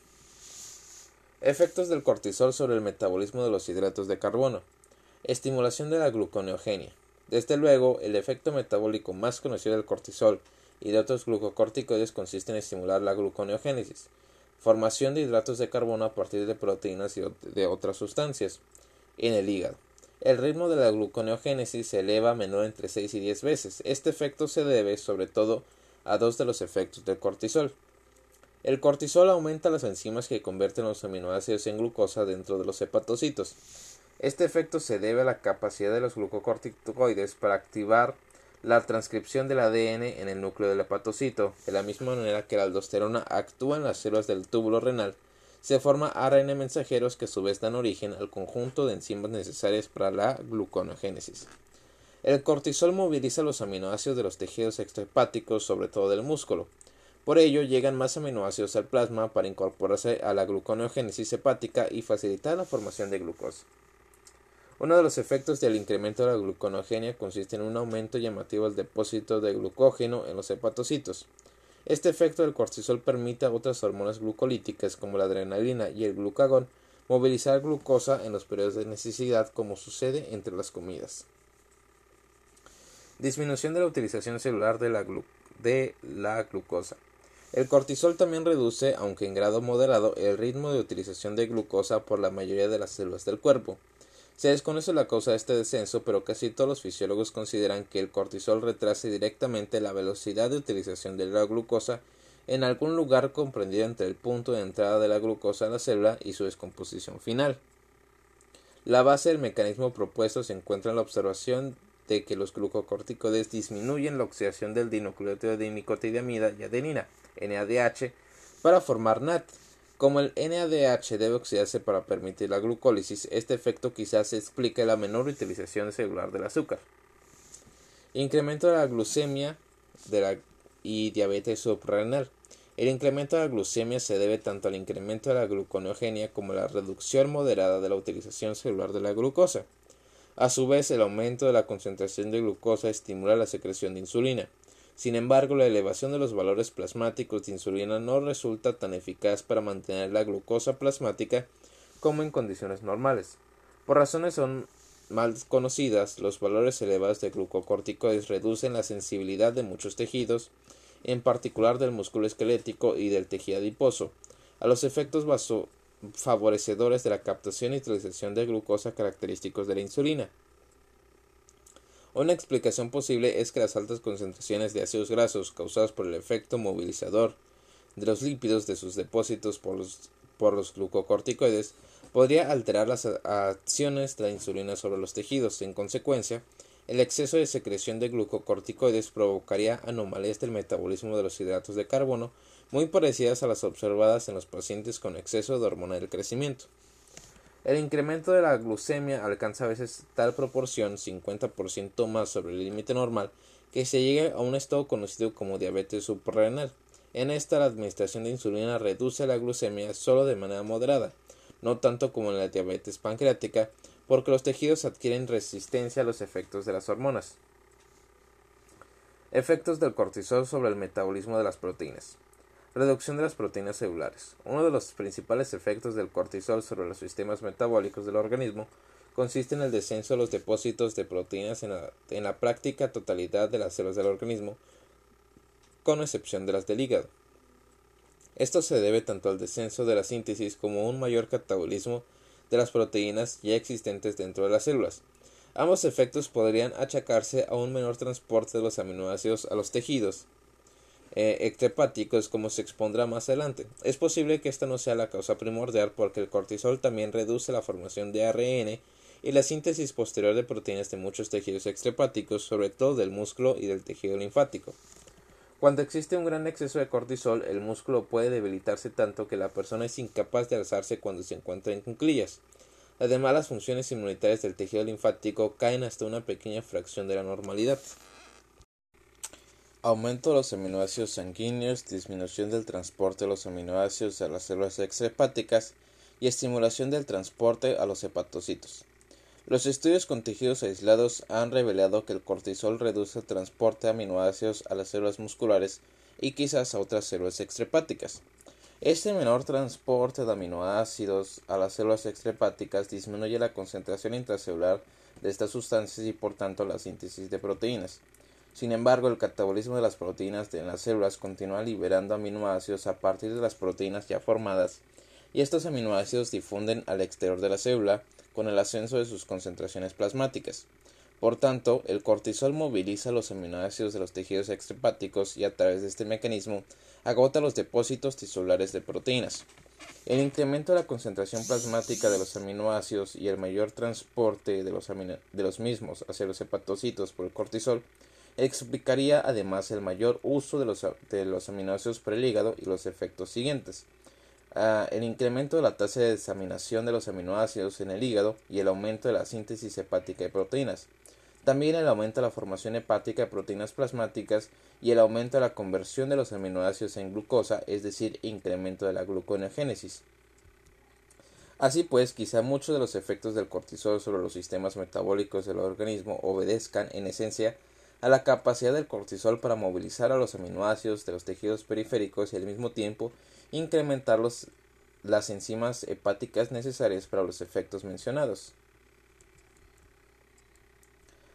Efectos del cortisol sobre el metabolismo de los hidratos de carbono. Estimulación de la gluconeogenia. Desde luego, el efecto metabólico más conocido del cortisol y de otros glucocorticoides consiste en estimular la gluconeogénesis, formación de hidratos de carbono a partir de proteínas y de otras sustancias en el hígado. El ritmo de la gluconeogénesis se eleva a menudo entre 6 y 10 veces. Este efecto se debe, sobre todo, a dos de los efectos del cortisol. El cortisol aumenta las enzimas que convierten los aminoácidos en glucosa dentro de los hepatocitos. Este efecto se debe a la capacidad de los glucocorticoides para activar la transcripción del ADN en el núcleo del hepatocito. De la misma manera que la aldosterona actúa en las células del túbulo renal, se forma ARN mensajeros que a su vez dan origen al conjunto de enzimas necesarias para la gluconeogénesis. El cortisol moviliza los aminoácidos de los tejidos extrahepáticos, sobre todo del músculo. Por ello, llegan más aminoácidos al plasma para incorporarse a la gluconeogénesis hepática y facilitar la formación de glucosa. Uno de los efectos del incremento de la gluconeogenia consiste en un aumento llamativo del depósito de glucógeno en los hepatocitos. Este efecto del cortisol permite a otras hormonas glucolíticas como la adrenalina y el glucagón movilizar glucosa en los periodos de necesidad, como sucede entre las comidas. Disminución de la utilización celular de la glucosa. El cortisol también reduce, aunque en grado moderado, el ritmo de utilización de glucosa por la mayoría de las células del cuerpo. Se desconoce la causa de este descenso, pero casi todos los fisiólogos consideran que el cortisol retrasa directamente la velocidad de utilización de la glucosa en algún lugar comprendido entre el punto de entrada de la glucosa a la célula y su descomposición final. La base del mecanismo propuesto se encuentra en la observación de que los glucocorticoides disminuyen la oxidación del dinucleótido de nicotinamida y adenina, NADH, para formar NAD. Como el NADH debe oxidarse para permitir la glucólisis, este efecto quizás explique la menor utilización celular del azúcar. Incremento de la glucemia y diabetes suprarrenal. El incremento de la glucemia se debe tanto al incremento de la gluconeogenia como a la reducción moderada de la utilización celular de la glucosa. A su vez, el aumento de la concentración de glucosa estimula la secreción de insulina. Sin embargo, la elevación de los valores plasmáticos de insulina no resulta tan eficaz para mantener la glucosa plasmática como en condiciones normales. Por razones mal conocidas, los valores elevados de glucocorticoides reducen la sensibilidad de muchos tejidos, en particular del músculo esquelético y del tejido adiposo, a los efectos favorecedores de la captación y utilización de glucosa característicos de la insulina. Una explicación posible es que las altas concentraciones de ácidos grasos causadas por el efecto movilizador de los lípidos de sus depósitos por los glucocorticoides podría alterar las acciones de la insulina sobre los tejidos. En consecuencia, el exceso de secreción de glucocorticoides provocaría anomalías del metabolismo de los hidratos de carbono muy parecidas a las observadas en los pacientes con exceso de hormona del crecimiento. El incremento de la glucemia alcanza a veces tal proporción, 50% más sobre el límite normal, que se llega a un estado conocido como diabetes suprarrenal. En esta, la administración de insulina reduce la glucemia solo de manera moderada, no tanto como en la diabetes pancreática, porque los tejidos adquieren resistencia a los efectos de las hormonas. Efectos del cortisol sobre el metabolismo de las proteínas. Reducción de las proteínas celulares. Uno de los principales efectos del cortisol sobre los sistemas metabólicos del organismo consiste en el descenso de los depósitos de proteínas en la práctica totalidad de las células del organismo, con excepción de las del hígado. Esto se debe tanto al descenso de la síntesis como a un mayor catabolismo de las proteínas ya existentes dentro de las células. Ambos efectos podrían achacarse a un menor transporte de los aminoácidos a los tejidos extrahepáticos, como se expondrá más adelante. Es posible que esta no sea la causa primordial, porque el cortisol también reduce la formación de ARN y la síntesis posterior de proteínas de muchos tejidos extrahepáticos, sobre todo del músculo y del tejido linfático. Cuando existe un gran exceso de cortisol, el músculo puede debilitarse tanto que la persona es incapaz de alzarse cuando se encuentra en cuclillas. Además, las funciones inmunitarias del tejido linfático caen hasta una pequeña fracción de la normalidad. Aumento de los aminoácidos sanguíneos, disminución del transporte de los aminoácidos a las células extrahepáticas y estimulación del transporte a los hepatocitos. Los estudios con tejidos aislados han revelado que el cortisol reduce el transporte de aminoácidos a las células musculares y quizás a otras células extrahepáticas. Este menor transporte de aminoácidos a las células extrahepáticas disminuye la concentración intracelular de estas sustancias y por tanto la síntesis de proteínas. Sin embargo, el catabolismo de las proteínas en las células continúa liberando aminoácidos a partir de las proteínas ya formadas, y estos aminoácidos difunden al exterior de la célula con el ascenso de sus concentraciones plasmáticas. Por tanto, el cortisol moviliza los aminoácidos de los tejidos extrahepáticos y a través de este mecanismo agota los depósitos tisulares de proteínas. El incremento de la concentración plasmática de los aminoácidos y el mayor transporte de los mismos hacia los hepatocitos por el cortisol explicaría además el mayor uso de los aminoácidos por el hígado y los efectos siguientes. El incremento de la tasa de desaminación de los aminoácidos en el hígado y el aumento de la síntesis hepática de proteínas. También el aumento de la formación hepática de proteínas plasmáticas y el aumento de la conversión de los aminoácidos en glucosa, es decir, incremento de la gluconeogénesis. Así pues, quizá muchos de los efectos del cortisol sobre los sistemas metabólicos del organismo obedezcan, en esencia, a la capacidad del cortisol para movilizar a los aminoácidos de los tejidos periféricos y al mismo tiempo incrementar las enzimas hepáticas necesarias para los efectos mencionados.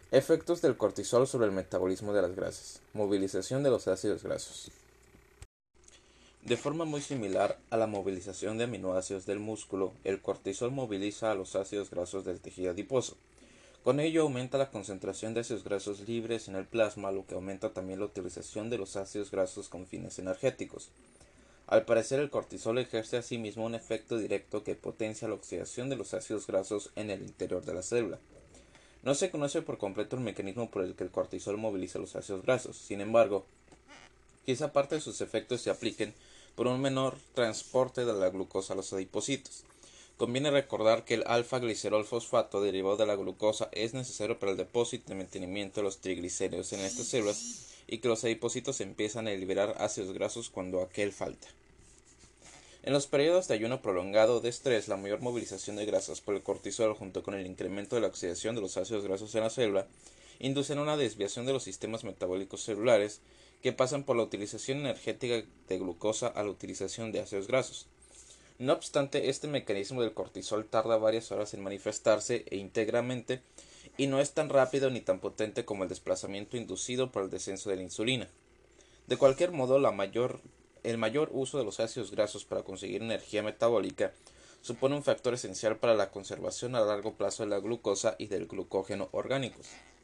Efectos del cortisol sobre el metabolismo de las grasas. Movilización de los ácidos grasos. De forma muy similar a la movilización de aminoácidos del músculo, el cortisol moviliza a los ácidos grasos del tejido adiposo. Con ello aumenta la concentración de ácidos grasos libres en el plasma, lo que aumenta también la utilización de los ácidos grasos con fines energéticos. Al parecer, el cortisol ejerce asimismo un efecto directo que potencia la oxidación de los ácidos grasos en el interior de la célula. No se conoce por completo el mecanismo por el que el cortisol moviliza los ácidos grasos. Sin embargo, quizá parte de sus efectos se apliquen por un menor transporte de la glucosa a los adipocitos. Conviene recordar que el alfa-glicerol fosfato derivado de la glucosa es necesario para el depósito y mantenimiento de los triglicéridos en estas células y que los adipocitos empiezan a liberar ácidos grasos cuando aquel falta. En los periodos de ayuno prolongado de estrés, la mayor movilización de grasas por el cortisol junto con el incremento de la oxidación de los ácidos grasos en la célula inducen una desviación de los sistemas metabólicos celulares que pasan por la utilización energética de glucosa a la utilización de ácidos grasos. No obstante, este mecanismo del cortisol tarda varias horas en manifestarse íntegramente y no es tan rápido ni tan potente como el desplazamiento inducido por el descenso de la insulina. De cualquier modo, el mayor uso de los ácidos grasos para conseguir energía metabólica supone un factor esencial para la conservación a largo plazo de la glucosa y del glucógeno orgánicos.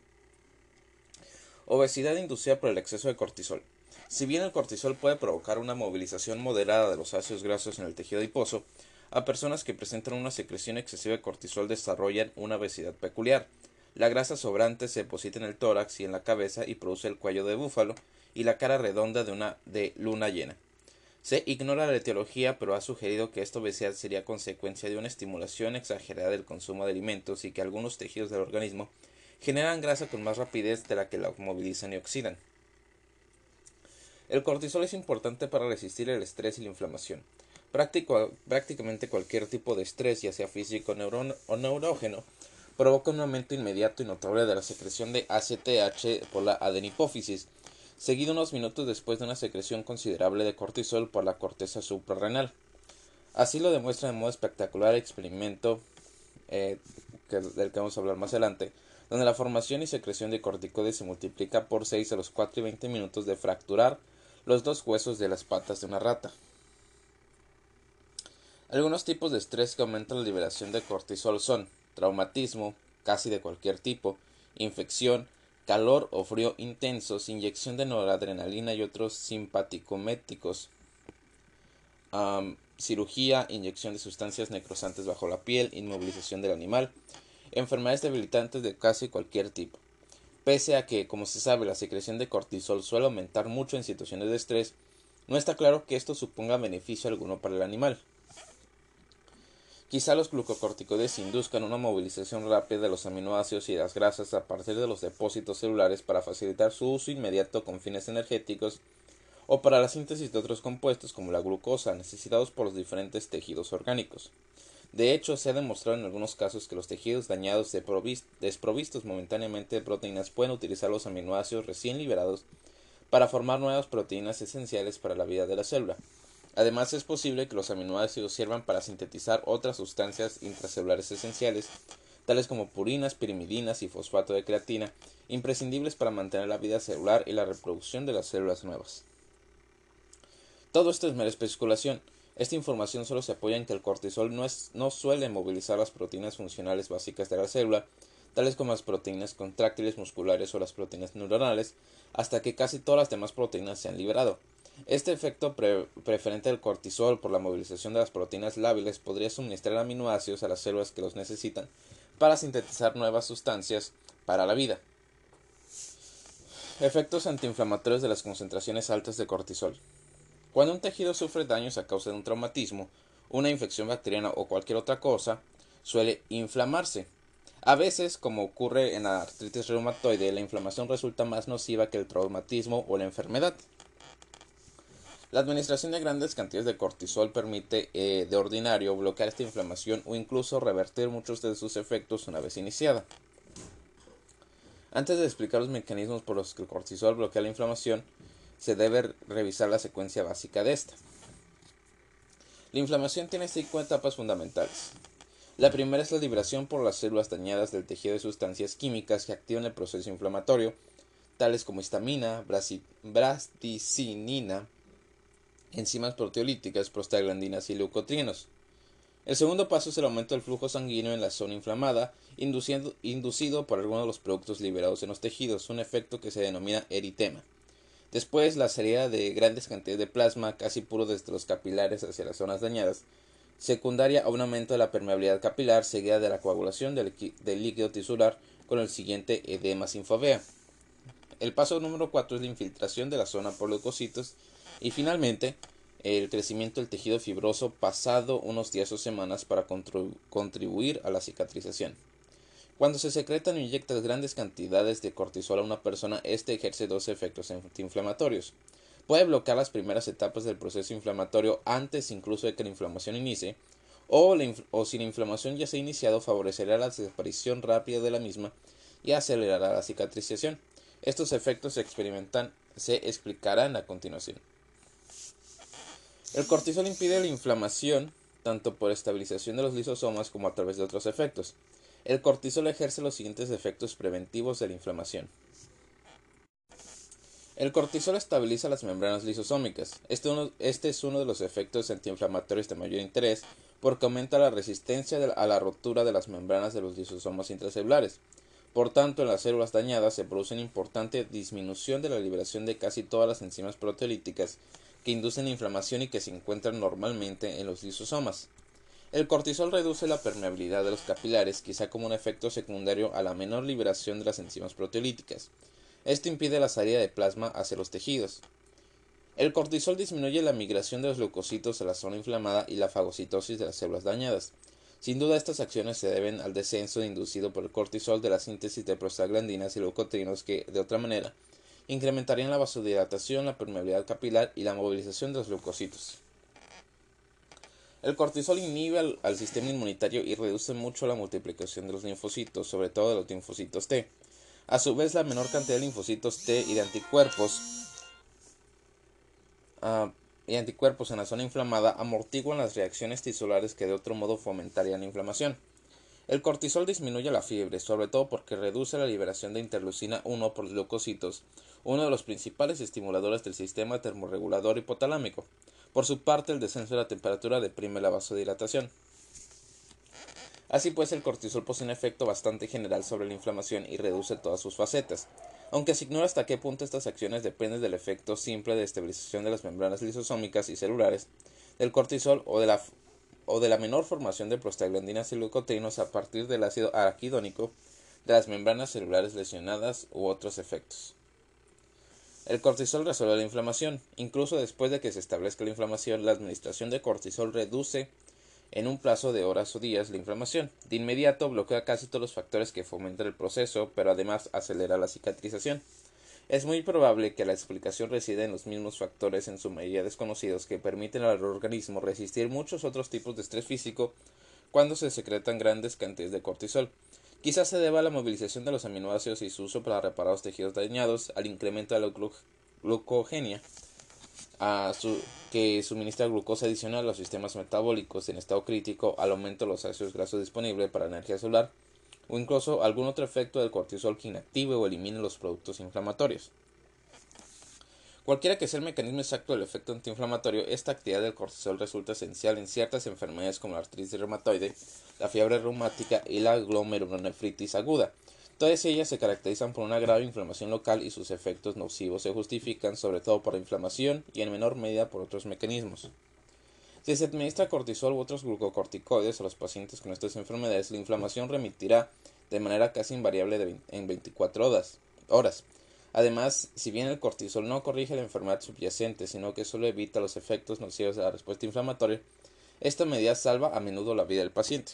Obesidad inducida por el exceso de cortisol. Si bien el cortisol puede provocar una movilización moderada de los ácidos grasos en el tejido adiposo, a personas que presentan una secreción excesiva de cortisol desarrollan una obesidad peculiar. La grasa sobrante se deposita en el tórax y en la cabeza y produce el cuello de búfalo y la cara redonda de luna llena. Se ignora la etiología, pero ha sugerido que esta obesidad sería consecuencia de una estimulación exagerada del consumo de alimentos y que algunos tejidos del organismo generan grasa con más rapidez de la que la movilizan y oxidan. El cortisol es importante para resistir el estrés y la inflamación. Prácticamente cualquier tipo de estrés, ya sea físico o neurógeno, provoca un aumento inmediato y notable de la secreción de ACTH por la adenipófisis, seguido unos minutos después de una secreción considerable de cortisol por la corteza suprarrenal. Así lo demuestra de modo espectacular el experimento del que vamos a hablar más adelante, donde la formación y secreción de corticoides se multiplica por 6 a los 4 y 20 minutos de fracturar los dos huesos de las patas de una rata. Algunos tipos de estrés que aumentan la liberación de cortisol son traumatismo, casi de cualquier tipo, infección, calor o frío intensos, inyección de noradrenalina y otros simpaticométicos, cirugía, inyección de sustancias necrosantes bajo la piel, inmovilización del animal, enfermedades debilitantes de casi cualquier tipo. Pese a que, como se sabe, la secreción de cortisol suele aumentar mucho en situaciones de estrés, no está claro que esto suponga beneficio alguno para el animal. Quizá los glucocorticoides induzcan una movilización rápida de los aminoácidos y las grasas a partir de los depósitos celulares para facilitar su uso inmediato con fines energéticos o para la síntesis de otros compuestos como la glucosa necesitados por los diferentes tejidos orgánicos. De hecho, se ha demostrado en algunos casos que los tejidos dañados desprovistos momentáneamente de proteínas pueden utilizar los aminoácidos recién liberados para formar nuevas proteínas esenciales para la vida de la célula. Además, es posible que los aminoácidos sirvan para sintetizar otras sustancias intracelulares esenciales, tales como purinas, pirimidinas y fosfato de creatina, imprescindibles para mantener la vida celular y la reproducción de las células nuevas. Todo esto es mera especulación. Esta información solo se apoya en que el cortisol no suele movilizar las proteínas funcionales básicas de la célula, tales como las proteínas contráctiles musculares o las proteínas neuronales, hasta que casi todas las demás proteínas se han liberado. Este efecto preferente del cortisol por la movilización de las proteínas lábiles podría suministrar aminoácidos a las células que los necesitan para sintetizar nuevas sustancias para la vida. Efectos antiinflamatorios de las concentraciones altas de cortisol. Cuando un tejido sufre daños a causa de un traumatismo, una infección bacteriana o cualquier otra cosa, suele inflamarse. A veces, como ocurre en la artritis reumatoide, la inflamación resulta más nociva que el traumatismo o la enfermedad. La administración de grandes cantidades de cortisol permite, de ordinario, bloquear esta inflamación o incluso revertir muchos de sus efectos una vez iniciada. Antes de explicar los mecanismos por los que el cortisol bloquea la inflamación, se debe revisar la secuencia básica de esta. La inflamación tiene 5 etapas fundamentales. La primera es la liberación por las células dañadas del tejido de sustancias químicas que activan el proceso inflamatorio, tales como histamina, brasdicinina, enzimas proteolíticas, prostaglandinas y leucotrienos. El segundo paso es el aumento del flujo sanguíneo en la zona inflamada, inducido por algunos de los productos liberados en los tejidos, un efecto que se denomina eritema. Después, la salida de grandes cantidades de plasma, casi puro desde los capilares hacia las zonas dañadas, secundaria a un aumento de la permeabilidad capilar, seguida de la coagulación del líquido tisular con el siguiente edema sin fovea. El paso número 4 es la infiltración de la zona por leucocitos y finalmente el crecimiento del tejido fibroso pasado unos días o semanas para contribuir a la cicatrización. Cuando se secretan o inyectan grandes cantidades de cortisol a una persona, este ejerce dos efectos antiinflamatorios. Puede bloquear las primeras etapas del proceso inflamatorio antes incluso de que la inflamación inicie, o si la inflamación ya se ha iniciado, favorecerá la desaparición rápida de la misma y acelerará la cicatrización. Estos efectos se explicarán a continuación. El cortisol impide la inflamación tanto por estabilización de los lisosomas como a través de otros efectos. El cortisol ejerce los siguientes efectos preventivos de la inflamación. El cortisol estabiliza las membranas lisosómicas. Este es uno de los efectos antiinflamatorios de mayor interés porque aumenta la resistencia a la rotura de las membranas de los lisosomas intracelulares. Por tanto, en las células dañadas se produce una importante disminución de la liberación de casi todas las enzimas proteolíticas que inducen la inflamación y que se encuentran normalmente en los lisosomas. El cortisol reduce la permeabilidad de los capilares, quizá como un efecto secundario a la menor liberación de las enzimas proteolíticas. Esto impide la salida de plasma hacia los tejidos. El cortisol disminuye la migración de los leucocitos a la zona inflamada y la fagocitosis de las células dañadas. Sin duda, estas acciones se deben al descenso inducido por el cortisol de la síntesis de prostaglandinas y leucotrienos que, de otra manera, incrementarían la vasodilatación, la permeabilidad capilar y la movilización de los leucocitos. El cortisol inhibe al sistema inmunitario y reduce mucho la multiplicación de los linfocitos, sobre todo de los linfocitos T. A su vez, la menor cantidad de linfocitos T y de anticuerpos en la zona inflamada amortiguan las reacciones tisulares que de otro modo fomentarían la inflamación. El cortisol disminuye la fiebre, sobre todo porque reduce la liberación de interleucina 1 por los leucocitos, uno de los principales estimuladores del sistema termorregulador hipotalámico. Por su parte, el descenso de la temperatura deprime la vasodilatación. Así pues, el cortisol posee un efecto bastante general sobre la inflamación y reduce todas sus facetas. Aunque se ignora hasta qué punto estas acciones dependen del efecto simple de estabilización de las membranas lisosómicas y celulares, del cortisol o de la menor formación de prostaglandinas y leucotrienos a partir del ácido araquidónico de las membranas celulares lesionadas u otros efectos. El cortisol resuelve la inflamación. Incluso después de que se establezca la inflamación, la administración de cortisol reduce en un plazo de horas o días la inflamación. De inmediato bloquea casi todos los factores que fomentan el proceso, pero además acelera la cicatrización. Es muy probable que la explicación resida en los mismos factores, en su mayoría desconocidos, que permiten al organismo resistir muchos otros tipos de estrés físico cuando se secretan grandes cantidades de cortisol. Quizás se deba a la movilización de los aminoácidos y su uso para reparar los tejidos dañados, al incremento de la glucogenia, que suministra glucosa adicional a los sistemas metabólicos en estado crítico, al aumento de los ácidos grasos disponibles para energía celular, o incluso algún otro efecto del cortisol que inactive o elimine los productos inflamatorios. Cualquiera que sea el mecanismo exacto del efecto antiinflamatorio, esta actividad del cortisol resulta esencial en ciertas enfermedades como la artritis reumatoide, la fiebre reumática y la glomerulonefritis aguda. Todas ellas se caracterizan por una grave inflamación local y sus efectos nocivos se justifican sobre todo por la inflamación y en menor medida por otros mecanismos. Si se administra cortisol u otros glucocorticoides a los pacientes con estas enfermedades, la inflamación remitirá de manera casi invariable en 24 horas. Además, si bien el cortisol no corrige la enfermedad subyacente, sino que solo evita los efectos nocivos de la respuesta inflamatoria, esta medida salva a menudo la vida del paciente.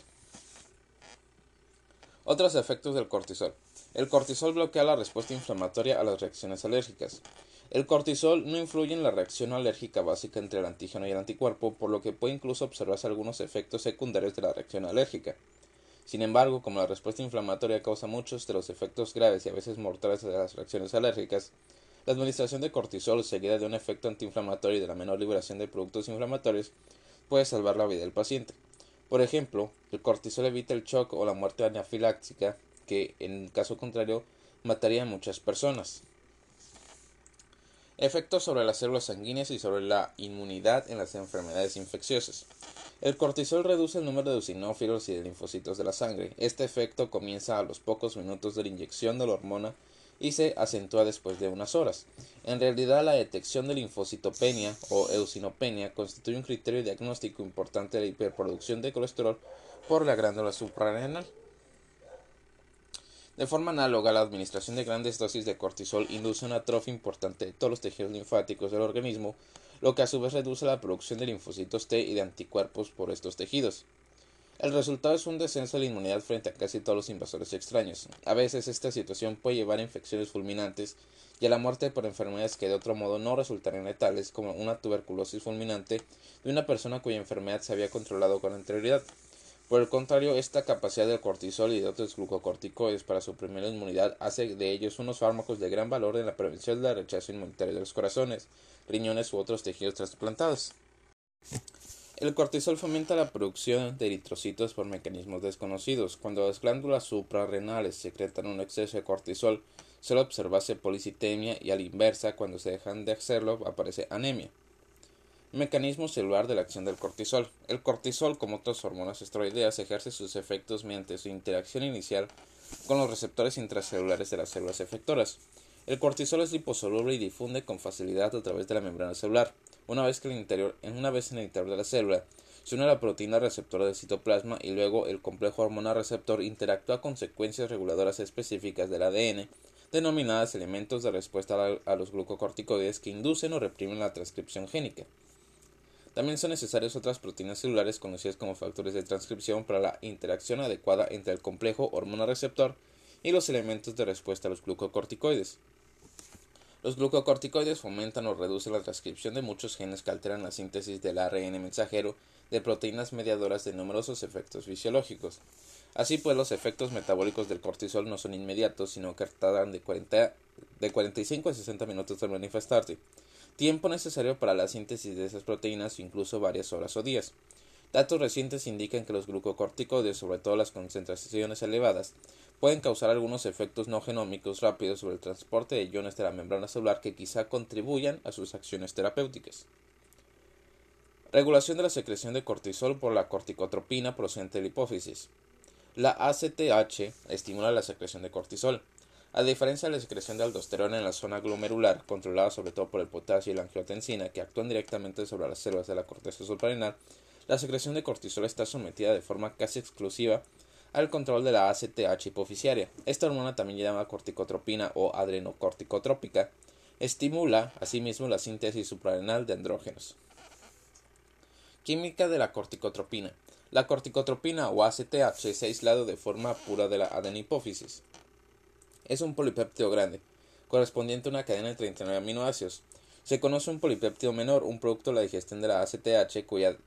Otros efectos del cortisol. El cortisol bloquea la respuesta inflamatoria a las reacciones alérgicas. El cortisol no influye en la reacción alérgica básica entre el antígeno y el anticuerpo, por lo que puede incluso observarse algunos efectos secundarios de la reacción alérgica. Sin embargo, como la respuesta inflamatoria causa muchos de los efectos graves y a veces mortales de las reacciones alérgicas, la administración de cortisol seguida de un efecto antiinflamatorio y de la menor liberación de productos inflamatorios puede salvar la vida del paciente. Por ejemplo, el cortisol evita el shock o la muerte anafiláctica, que en caso contrario mataría a muchas personas. Efectos sobre las células sanguíneas y sobre la inmunidad en las enfermedades infecciosas. El cortisol reduce el número de eosinófilos y de linfocitos de la sangre. Este efecto comienza a los pocos minutos de la inyección de la hormona y se acentúa después de unas horas. En realidad, la detección de linfocitopenia o eosinopenia constituye un criterio diagnóstico importante de la hiperproducción de colesterol por la glándula suprarrenal. De forma análoga, la administración de grandes dosis de cortisol induce una atrofia importante de todos los tejidos linfáticos del organismo, lo que a su vez reduce la producción de linfocitos T y de anticuerpos por estos tejidos. El resultado es un descenso de la inmunidad frente a casi todos los invasores extraños. A veces esta situación puede llevar a infecciones fulminantes y a la muerte por enfermedades que de otro modo no resultarían letales, como una tuberculosis fulminante de una persona cuya enfermedad se había controlado con anterioridad. Por el contrario, esta capacidad del cortisol y de otros glucocorticoides para suprimir la inmunidad hace de ellos unos fármacos de gran valor en la prevención del rechazo inmunitario de los corazones, riñones u otros tejidos trasplantados. El cortisol fomenta la producción de eritrocitos por mecanismos desconocidos. Cuando las glándulas suprarrenales secretan un exceso de cortisol, suele observarse policitemia y a la inversa, cuando se dejan de hacerlo, aparece anemia. Mecanismo celular de la acción del cortisol. El cortisol, como otras hormonas esteroideas, ejerce sus efectos mediante su interacción inicial con los receptores intracelulares de las células efectoras. El cortisol es liposoluble y difunde con facilidad a través de la membrana celular. Una vez en el interior de la célula, se une a la proteína receptora del citoplasma y luego el complejo hormona receptor interactúa con secuencias reguladoras específicas del ADN, denominadas elementos de respuesta a los glucocorticoides, que inducen o reprimen la transcripción génica. También son necesarias otras proteínas celulares conocidas como factores de transcripción para la interacción adecuada entre el complejo hormona receptor y los elementos de respuesta a los glucocorticoides. Los glucocorticoides fomentan o reducen la transcripción de muchos genes que alteran la síntesis del ARN mensajero de proteínas mediadoras de numerosos efectos fisiológicos. Así pues, los efectos metabólicos del cortisol no son inmediatos, sino que tardan de 45 a 60 minutos en manifestarse, tiempo necesario para la síntesis de esas proteínas, incluso varias horas o días. Datos recientes indican que los glucocorticoides, sobre todo las concentraciones elevadas, pueden causar algunos efectos no genómicos rápidos sobre el transporte de iones de la membrana celular que quizá contribuyan a sus acciones terapéuticas. Regulación de la secreción de cortisol por la corticotropina procedente de la hipófisis. La ACTH estimula la secreción de cortisol. A diferencia de la secreción de aldosterona en la zona glomerular, controlada sobre todo por el potasio y la angiotensina, que actúan directamente sobre las células de la corteza suprarrenal, la secreción de cortisol está sometida de forma casi exclusiva al control de la ACTH hipofisiaria. Esta hormona, también llamada corticotropina o adrenocorticotrópica, estimula asimismo la síntesis suprarrenal de andrógenos. Química de la corticotropina. La corticotropina o ACTH es aislado de forma pura de la adenopófisis. Es un polipéptido grande, correspondiente a una cadena de 39 aminoácidos. Se conoce un polipéptido menor, un producto de la digestión de la ACTH,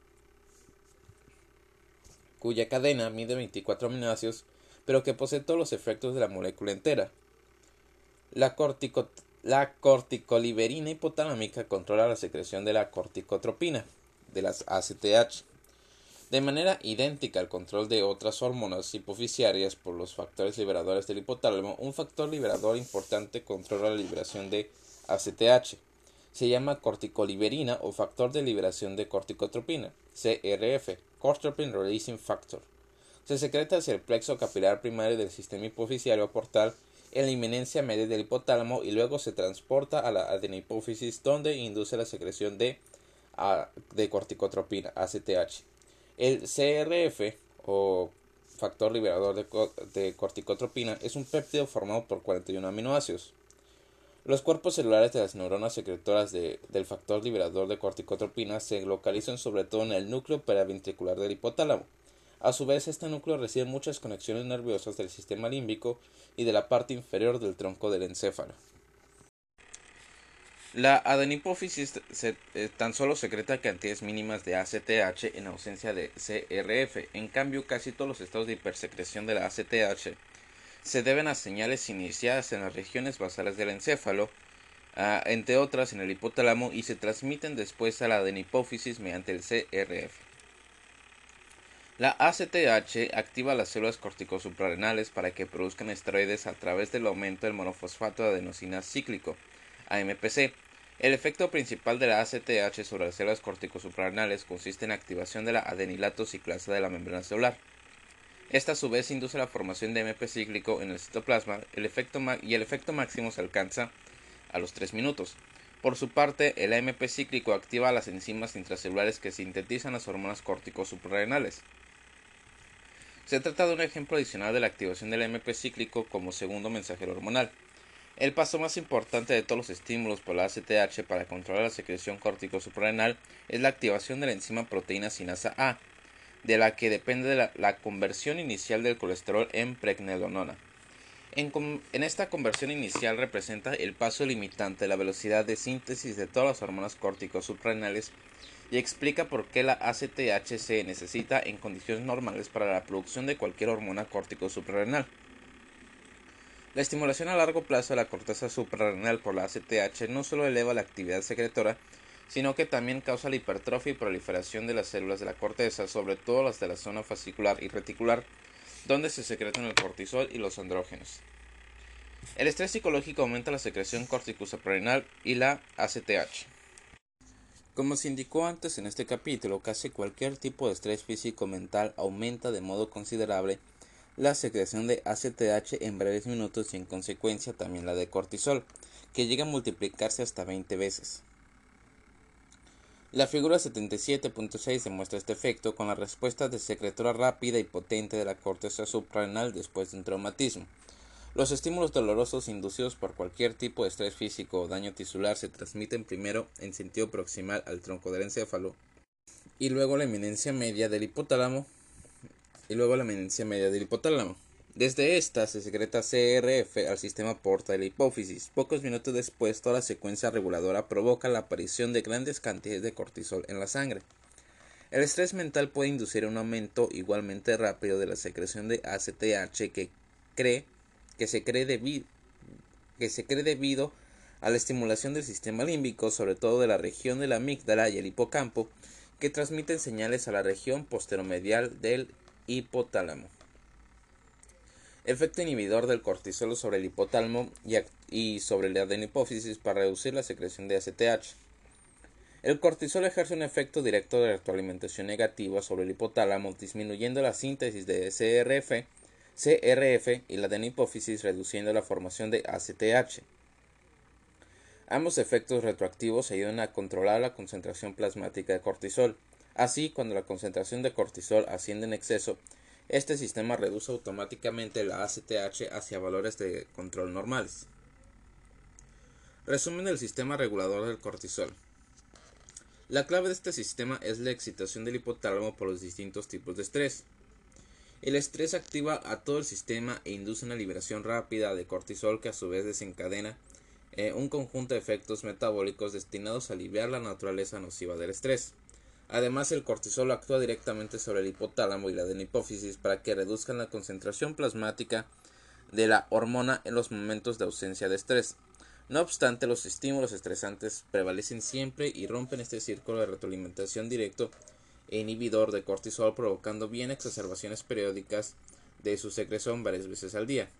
cuya cadena mide 24 aminoácidos, pero que posee todos los efectos de la molécula entera. La corticoliberina hipotalámica controla la secreción de la corticotropina, de las ACTH. De manera idéntica al control de otras hormonas hipofisiarias por los factores liberadores del hipotálamo, un factor liberador importante controla la liberación de ACTH. Se llama corticoliberina o factor de liberación de corticotropina, CRF, Corticotropin Releasing Factor. Se secreta hacia el plexo capilar primario del sistema hipofisiario portal en la inminencia media del hipotálamo y luego se transporta a la adenopófisis, donde induce la secreción de corticotropina, ACTH. El CRF o factor liberador de corticotropina es un péptido formado por 41 aminoácidos. Los cuerpos celulares de las neuronas secretoras del factor liberador de corticotropina se localizan sobre todo en el núcleo paraventricular del hipotálamo. A su vez, este núcleo recibe muchas conexiones nerviosas del sistema límbico y de la parte inferior del tronco del encéfalo. La adenopófisis tan solo secreta cantidades mínimas de ACTH en ausencia de CRF. En cambio, casi todos los estados de hipersecreción de la ACTH se deben a señales iniciadas en las regiones basales del encéfalo, entre otras en el hipotálamo, y se transmiten después a la adenopófisis mediante el CRF. La ACTH activa las células corticosuprarrenales para que produzcan esteroides a través del aumento del monofosfato de adenosina cíclico, AMPC. El efecto principal de la ACTH sobre las células corticosuprarrenales consiste en la activación de la adenilato ciclasa de la membrana celular. Esta a su vez induce la formación de AMP cíclico en el citoplasma el efecto máximo se alcanza a los 3 minutos. Por su parte, el AMP cíclico activa las enzimas intracelulares que sintetizan las hormonas corticosuprarrenales. Se trata de un ejemplo adicional de la activación del AMP cíclico como segundo mensajero hormonal. El paso más importante de todos los estímulos por la ACTH para controlar la secreción corticosuprarrenal es la activación de la enzima proteína sinasa A, de la que depende la conversión inicial del colesterol en pregnenolona. En esta conversión inicial representa el paso limitante de la velocidad de síntesis de todas las hormonas corticosuprarrenales y explica por qué la ACTH se necesita en condiciones normales para la producción de cualquier hormona corticosuprarrenal. La estimulación a largo plazo de la corteza suprarrenal por la ACTH no solo eleva la actividad secretora, sino que también causa la hipertrofia y proliferación de las células de la corteza, sobre todo las de la zona fascicular y reticular, donde se secretan el cortisol y los andrógenos. El estrés psicológico aumenta la secreción corticosuprarrenal y la ACTH. Como se indicó antes en este capítulo, casi cualquier tipo de estrés físico-mental aumenta de modo considerable la secreción de ACTH en breves minutos y en consecuencia también la de cortisol, que llega a multiplicarse hasta 20 veces. La figura 77.6 demuestra este efecto con la respuesta de secretora rápida y potente de la corteza suprarrenal después de un traumatismo. Los estímulos dolorosos inducidos por cualquier tipo de estrés físico o daño tisular se transmiten primero en sentido proximal al tronco del encéfalo y luego a la eminencia media del hipotálamo Desde esta se secreta CRF al sistema porta de la hipófisis. Pocos minutos después, toda la secuencia reguladora provoca la aparición de grandes cantidades de cortisol en la sangre. El estrés mental puede inducir un aumento igualmente rápido de la secreción de ACTH que se cree debido a la estimulación del sistema límbico, sobre todo de la región de la amígdala y el hipocampo, que transmiten señales a la región posteromedial del hipotálamo. Efecto inhibidor del cortisol sobre el hipotálamo y sobre la adenopófisis para reducir la secreción de ACTH. El cortisol ejerce un efecto directo de retroalimentación negativa sobre el hipotálamo, disminuyendo la síntesis de CRF y la adenopófisis, reduciendo la formación de ACTH. Ambos efectos retroactivos ayudan a controlar la concentración plasmática de cortisol. Así, cuando la concentración de cortisol asciende en exceso, este sistema reduce automáticamente la ACTH hacia valores de control normales. Resumen del sistema regulador del cortisol. La clave de este sistema es la excitación del hipotálamo por los distintos tipos de estrés. El estrés activa a todo el sistema e induce una liberación rápida de cortisol que a su vez desencadena un conjunto de efectos metabólicos destinados a aliviar la naturaleza nociva del estrés. Además, el cortisol actúa directamente sobre el hipotálamo y la adenopófisis para que reduzcan la concentración plasmática de la hormona en los momentos de ausencia de estrés. No obstante, los estímulos estresantes prevalecen siempre y rompen este círculo de retroalimentación directo e inhibidor de cortisol, provocando bien exacerbaciones periódicas de su secreción varias veces al día,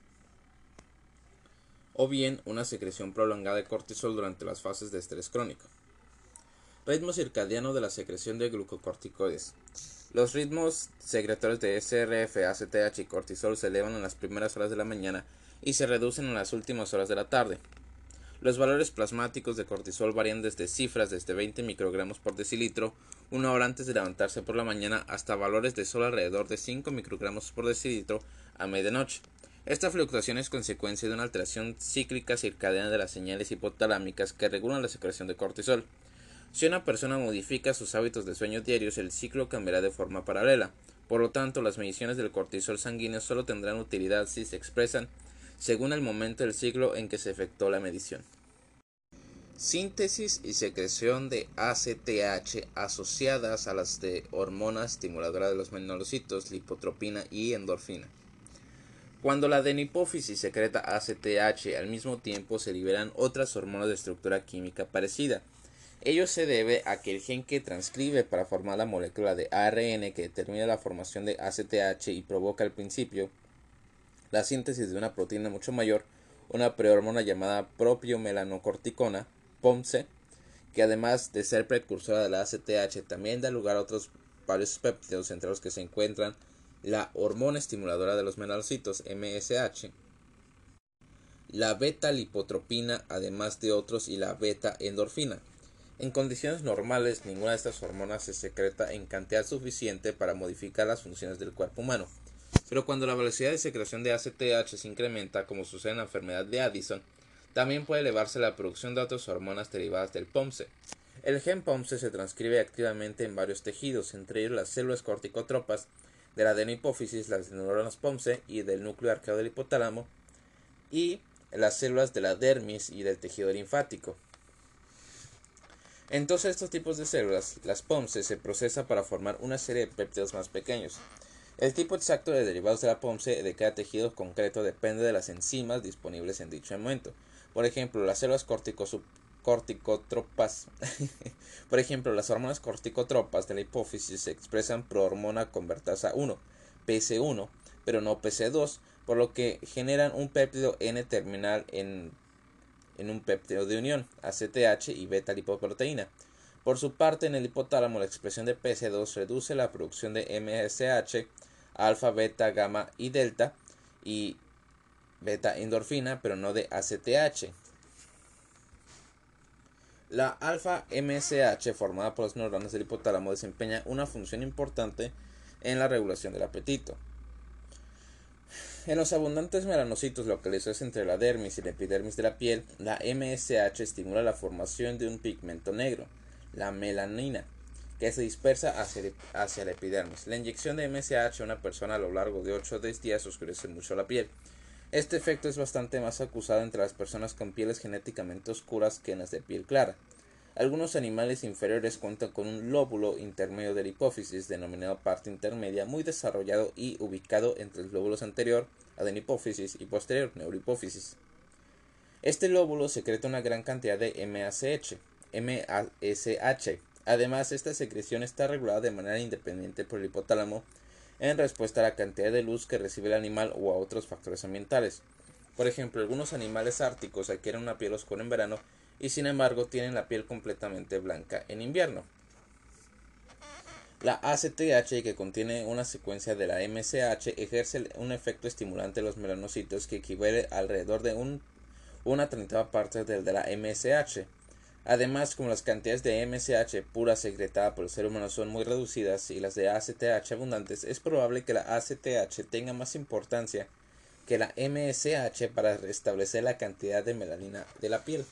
o bien una secreción prolongada de cortisol durante las fases de estrés crónico. Ritmo circadiano de la secreción de glucocorticoides. Los ritmos secretores de SRF, ACTH y cortisol se elevan en las primeras horas de la mañana y se reducen en las últimas horas de la tarde. Los valores plasmáticos de cortisol varían desde cifras desde 20 microgramos por decilitro una hora antes de levantarse por la mañana hasta valores de solo alrededor de 5 microgramos por decilitro a medianoche. Esta fluctuación es consecuencia de una alteración cíclica circadiana de las señales hipotalámicas que regulan la secreción de cortisol. Si una persona modifica sus hábitos de sueño diarios, el ciclo cambiará de forma paralela. Por lo tanto, las mediciones del cortisol sanguíneo solo tendrán utilidad si se expresan según el momento del ciclo en que se efectuó la medición. Síntesis y secreción de ACTH asociadas a las de hormonas estimuladoras de los melnocitos, lipotropina y endorfina. Cuando la adenopófisis secreta ACTH, al mismo tiempo se liberan otras hormonas de estructura química parecida. Ello se debe a que el gen que transcribe para formar la molécula de ARN que determina la formación de ACTH y provoca al principio la síntesis de una proteína mucho mayor, una prehormona llamada propiomelanocorticona, POMC, que además de ser precursora de la ACTH también da lugar a otros varios péptidos, entre los que se encuentran la hormona estimuladora de los melanocitos, MSH, la beta-lipotropina, además de otros, y la beta-endorfina. En condiciones normales, ninguna de estas hormonas se secreta en cantidad suficiente para modificar las funciones del cuerpo humano. Pero cuando la velocidad de secreción de ACTH se incrementa, como sucede en la enfermedad de Addison, también puede elevarse la producción de otras hormonas derivadas del POMC. El gen POMC se transcribe activamente en varios tejidos, entre ellos las células corticotropas de la adenopófisis, las neuronas POMC y del núcleo arqueado del hipotálamo, y las células de la dermis y del tejido linfático. En todos estos tipos de células, las POMC se procesa para formar una serie de péptidos más pequeños. El tipo exacto de derivados de la POMC de cada tejido concreto depende de las enzimas disponibles en dicho momento. Por ejemplo, las células corticotropas por ejemplo, las hormonas corticotropas de la hipófisis se expresan prohormona convertasa 1, PC1, pero no PC2, por lo que generan un péptido N terminal en un péptido de unión, ACTH y beta-lipoproteína. Por su parte, en el hipotálamo, la expresión de PC2 reduce la producción de MSH, alfa, beta, gamma y delta, y beta-endorfina, pero no de ACTH. La alfa-MSH, formada por las neuronas del hipotálamo, desempeña una función importante en la regulación del apetito. En los abundantes melanocitos localizados entre la dermis y la epidermis de la piel, la MSH estimula la formación de un pigmento negro, la melanina, que se dispersa hacia la epidermis. La inyección de MSH a una persona a lo largo de 8 o 10 días oscurece mucho la piel. Este efecto es bastante más acusado entre las personas con pieles genéticamente oscuras que en las de piel clara. Algunos animales inferiores cuentan con un lóbulo intermedio de la hipófisis, denominado parte intermedia, muy desarrollado y ubicado entre los lóbulos anterior, adenopófisis, y posterior, neurohipófisis. Este lóbulo secreta una gran cantidad de MSH. Además, esta secreción está regulada de manera independiente por el hipotálamo en respuesta a la cantidad de luz que recibe el animal o a otros factores ambientales. Por ejemplo, algunos animales árticos adquieren una piel oscura en verano y sin embargo tienen la piel completamente blanca en invierno. La ACTH, que contiene una secuencia de la MSH, ejerce un efecto estimulante en los melanocitos que equivale a alrededor de una treintava parte del de la MSH. Además, como las cantidades de MSH pura secretada por el ser humano son muy reducidas y las de ACTH abundantes, es probable que la ACTH tenga más importancia que la MSH para restablecer la cantidad de melanina de la piel.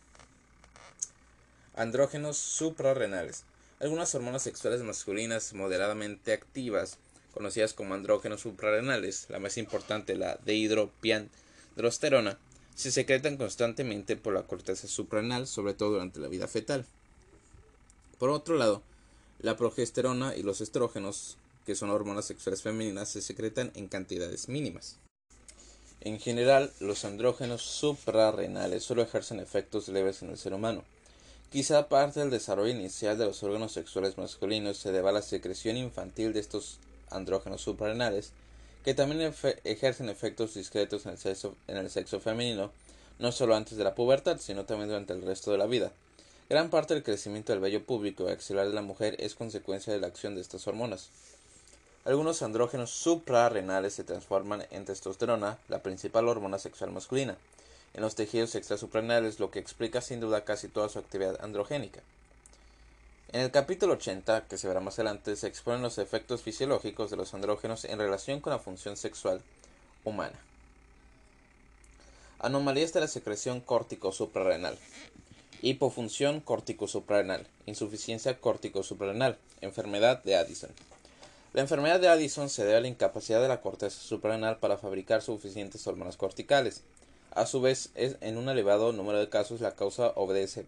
Andrógenos suprarrenales. Algunas hormonas sexuales masculinas moderadamente activas, conocidas como andrógenos suprarrenales, la más importante, la dehidropiandrosterona, se secretan constantemente por la corteza suprarrenal, sobre todo durante la vida fetal. Por otro lado, la progesterona y los estrógenos, que son hormonas sexuales femeninas, se secretan en cantidades mínimas. En general, los andrógenos suprarrenales solo ejercen efectos leves en el ser humano. Quizá parte del desarrollo inicial de los órganos sexuales masculinos se deba a la secreción infantil de estos andrógenos suprarrenales, que también ejercen efectos discretos en el sexo femenino, no solo antes de la pubertad, sino también durante el resto de la vida. Gran parte del crecimiento del vello púbico y axilar de la mujer es consecuencia de la acción de estas hormonas. Algunos andrógenos suprarrenales se transforman en testosterona, la principal hormona sexual masculina, en los tejidos extrasuprarrenales, lo que explica sin duda casi toda su actividad androgénica. En el capítulo 80, que se verá más adelante, se exponen los efectos fisiológicos de los andrógenos en relación con la función sexual humana. Anomalías de la secreción córtico-suprarrenal. Hipofunción córtico-suprarrenal. Insuficiencia córtico-suprarrenal. Enfermedad de Addison. La enfermedad de Addison se debe a la incapacidad de la corteza suprarrenal para fabricar suficientes hormonas corticales. A su vez, en un elevado número de casos, la causa obedece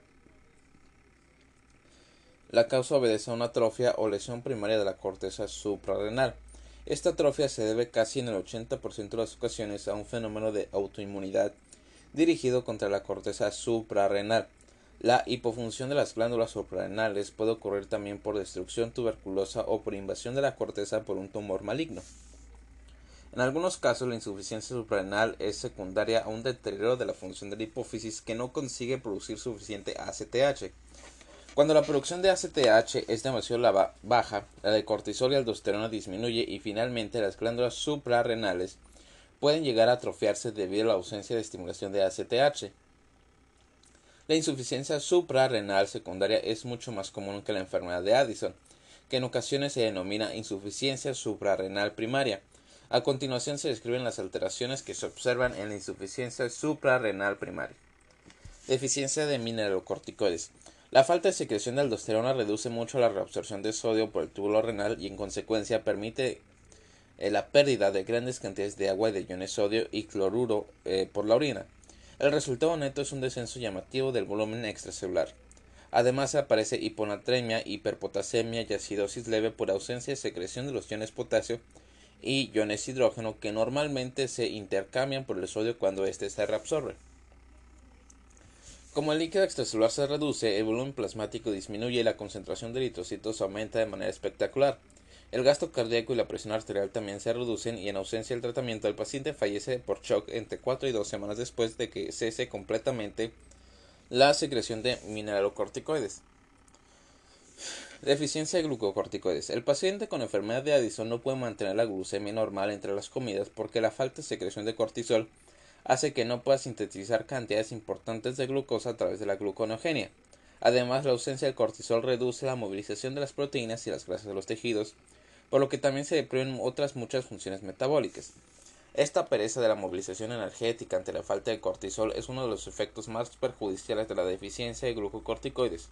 a una atrofia o lesión primaria de la corteza suprarrenal. Esta atrofia se debe casi en el 80% de las ocasiones a un fenómeno de autoinmunidad dirigido contra la corteza suprarrenal. La hipofunción de las glándulas suprarrenales puede ocurrir también por destrucción tuberculosa o por invasión de la corteza por un tumor maligno. En algunos casos, la insuficiencia suprarrenal es secundaria a un deterioro de la función de la hipófisis que no consigue producir suficiente ACTH. Cuando la producción de ACTH es demasiado baja, la de cortisol y aldosterona disminuye y finalmente las glándulas suprarrenales pueden llegar a atrofiarse debido a la ausencia de estimulación de ACTH. La insuficiencia suprarrenal secundaria es mucho más común que la enfermedad de Addison, que en ocasiones se denomina insuficiencia suprarrenal primaria. A continuación se describen las alteraciones que se observan en la insuficiencia suprarrenal primaria. Deficiencia de mineralocorticoides. La falta de secreción de aldosterona reduce mucho la reabsorción de sodio por el túbulo renal y en consecuencia permite la pérdida de grandes cantidades de agua y de iones sodio y cloruro por la orina. El resultado neto es un descenso llamativo del volumen extracelular. Además aparece hiponatremia, hiperpotasemia y acidosis leve por ausencia de secreción de los iones potasio y iones hidrógeno que normalmente se intercambian por el sodio cuando éste se reabsorbe. Como el líquido extracelular se reduce, el volumen plasmático disminuye y la concentración de eritrocitos aumenta de manera espectacular. El gasto cardíaco y la presión arterial también se reducen y en ausencia del tratamiento el paciente fallece por shock entre 4 y 2 semanas después de que cese completamente la secreción de mineralocorticoides. Deficiencia de glucocorticoides. El paciente con enfermedad de Addison no puede mantener la glucemia normal entre las comidas porque la falta de secreción de cortisol hace que no pueda sintetizar cantidades importantes de glucosa a través de la gluconeogenia. Además, la ausencia del cortisol reduce la movilización de las proteínas y las grasas de los tejidos, por lo que también se deprimen otras muchas funciones metabólicas. Esta pereza de la movilización energética ante la falta de cortisol es uno de los efectos más perjudiciales de la deficiencia de glucocorticoides.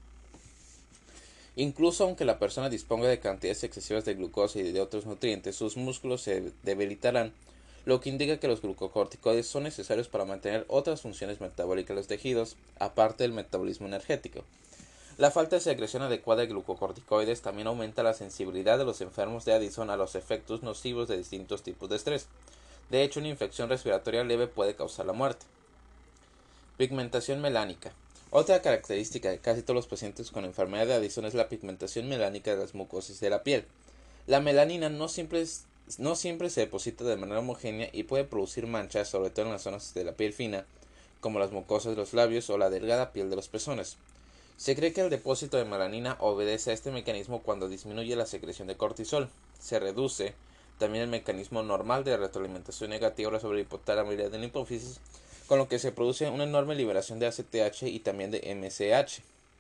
Incluso aunque la persona disponga de cantidades excesivas de glucosa y de otros nutrientes, sus músculos se debilitarán, lo que indica que los glucocorticoides son necesarios para mantener otras funciones metabólicas de los tejidos, aparte del metabolismo energético. La falta de secreción adecuada de glucocorticoides también aumenta la sensibilidad de los enfermos de Addison a los efectos nocivos de distintos tipos de estrés. De hecho, una infección respiratoria leve puede causar la muerte. Pigmentación melánica. Otra característica de casi todos los pacientes con enfermedad de Addison es la pigmentación melánica de las mucosas de la piel. La melanina no siempre se deposita de manera homogénea y puede producir manchas, sobre todo en las zonas de la piel fina, como las mucosas de los labios o la delgada piel de los pezones. Se cree que el depósito de melanina obedece a este mecanismo cuando disminuye la secreción de cortisol. Se reduce también el mecanismo normal de retroalimentación negativa sobre la hipotalamia de la hipófisis, con lo que se produce una enorme liberación de ACTH y también de MSH.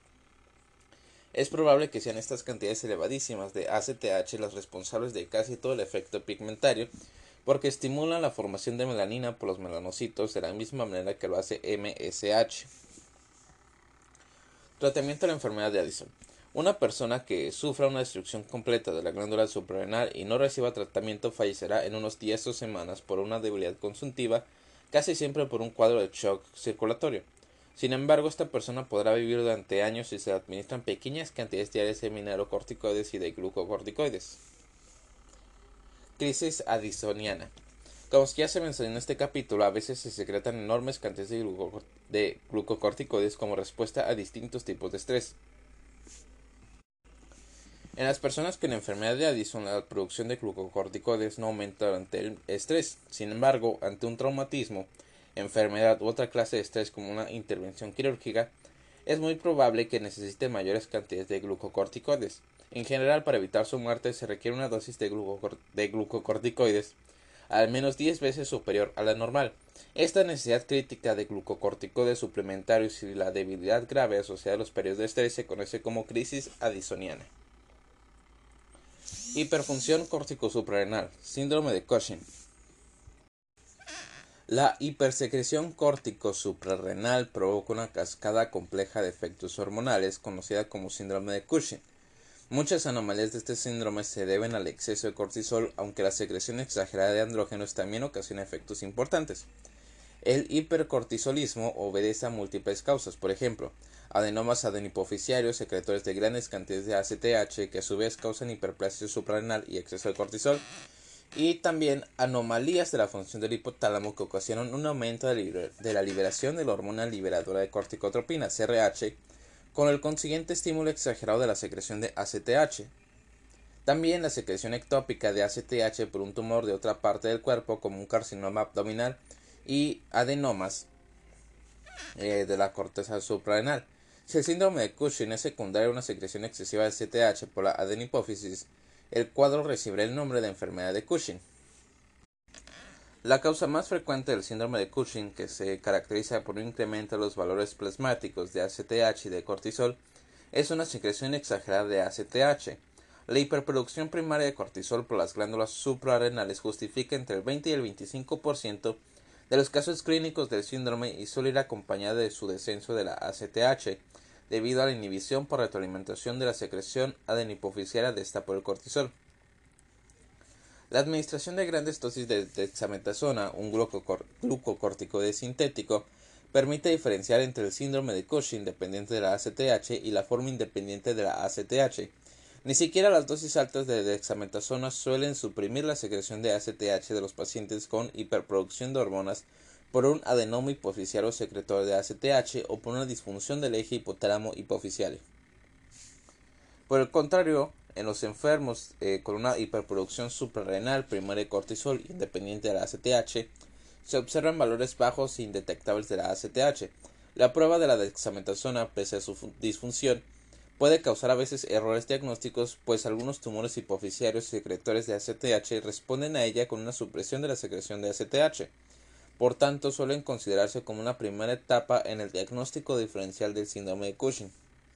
Es probable que sean estas cantidades elevadísimas de ACTH las responsables de casi todo el efecto pigmentario, porque estimulan la formación de melanina por los melanocitos de la misma manera que lo hace MSH. Tratamiento de la enfermedad de Addison. Una persona que sufra una destrucción completa de la glándula suprarrenal y no reciba tratamiento fallecerá en unos días o semanas por una debilidad consuntiva, casi siempre por un cuadro de shock circulatorio. Sin embargo, esta persona podrá vivir durante años si se le administran pequeñas cantidades diarias de mineralocorticoides y de glucocorticoides. Crisis addisoniana. Como ya se mencionó en este capítulo, a veces se secretan enormes cantidades de glucocorticoides como respuesta a distintos tipos de estrés. En las personas con enfermedad de Addison, la producción de glucocorticoides no aumenta durante el estrés. Sin embargo, ante un traumatismo, enfermedad u otra clase de estrés como una intervención quirúrgica, es muy probable que necesite mayores cantidades de glucocorticoides. En general, para evitar su muerte se requiere una dosis de glucocorticoides al menos 10 veces superior a la normal. Esta necesidad crítica de glucocorticoides suplementarios y la debilidad grave asociada a los periodos de estrés se conoce como crisis addisoniana. Hiperfunción córtico-suprarrenal, síndrome de Cushing. La hipersecreción córtico-suprarrenal provoca una cascada compleja de efectos hormonales conocida como síndrome de Cushing. Muchas anomalías de este síndrome se deben al exceso de cortisol, aunque la secreción exagerada de andrógenos también ocasiona efectos importantes. El hipercortisolismo obedece a múltiples causas, por ejemplo, adenomas adenohipoficiarios, secretores de grandes cantidades de ACTH que a su vez causan hiperplasia suprarrenal y exceso de cortisol, y también anomalías de la función del hipotálamo que ocasionan un aumento de la liberación de la hormona liberadora de corticotropina, CRH, con el consiguiente estímulo exagerado de la secreción de ACTH. También la secreción ectópica de ACTH por un tumor de otra parte del cuerpo, como un carcinoma abdominal y adenomas de la corteza suprarrenal. Si el síndrome de Cushing es secundario a una secreción excesiva de ACTH por la adenopófisis, el cuadro recibirá el nombre de enfermedad de Cushing. La causa más frecuente del síndrome de Cushing, que se caracteriza por un incremento de los valores plasmáticos de ACTH y de cortisol, es una secreción exagerada de ACTH. La hiperproducción primaria de cortisol por las glándulas suprarrenales justifica entre el 20 y el 25% de los casos clínicos del síndrome y suele ir acompañada de su descenso de la ACTH, debido a la inhibición por retroalimentación de la secreción adenopofisiaria de esta por el cortisol. La administración de grandes dosis de dexametasona, un glucocorticoide sintético, permite diferenciar entre el síndrome de Cushing dependiente de la ACTH y la forma independiente de la ACTH. Ni siquiera las dosis altas de dexametasona suelen suprimir la secreción de ACTH de los pacientes con hiperproducción de hormonas por un adenoma hipofisiario secretor de ACTH o por una disfunción del eje hipotálamo-hipofisiario. Por el contrario, en los enfermos con una hiperproducción suprarrenal primaria de cortisol independiente de la ACTH, se observan valores bajos e indetectables de la ACTH. La prueba de la dexametasona, pese a su disfunción, puede causar a veces errores diagnósticos, pues algunos tumores hipofisiarios secretores de ACTH responden a ella con una supresión de la secreción de ACTH. Por tanto, suelen considerarse como una primera etapa en el diagnóstico diferencial del síndrome de Cushing.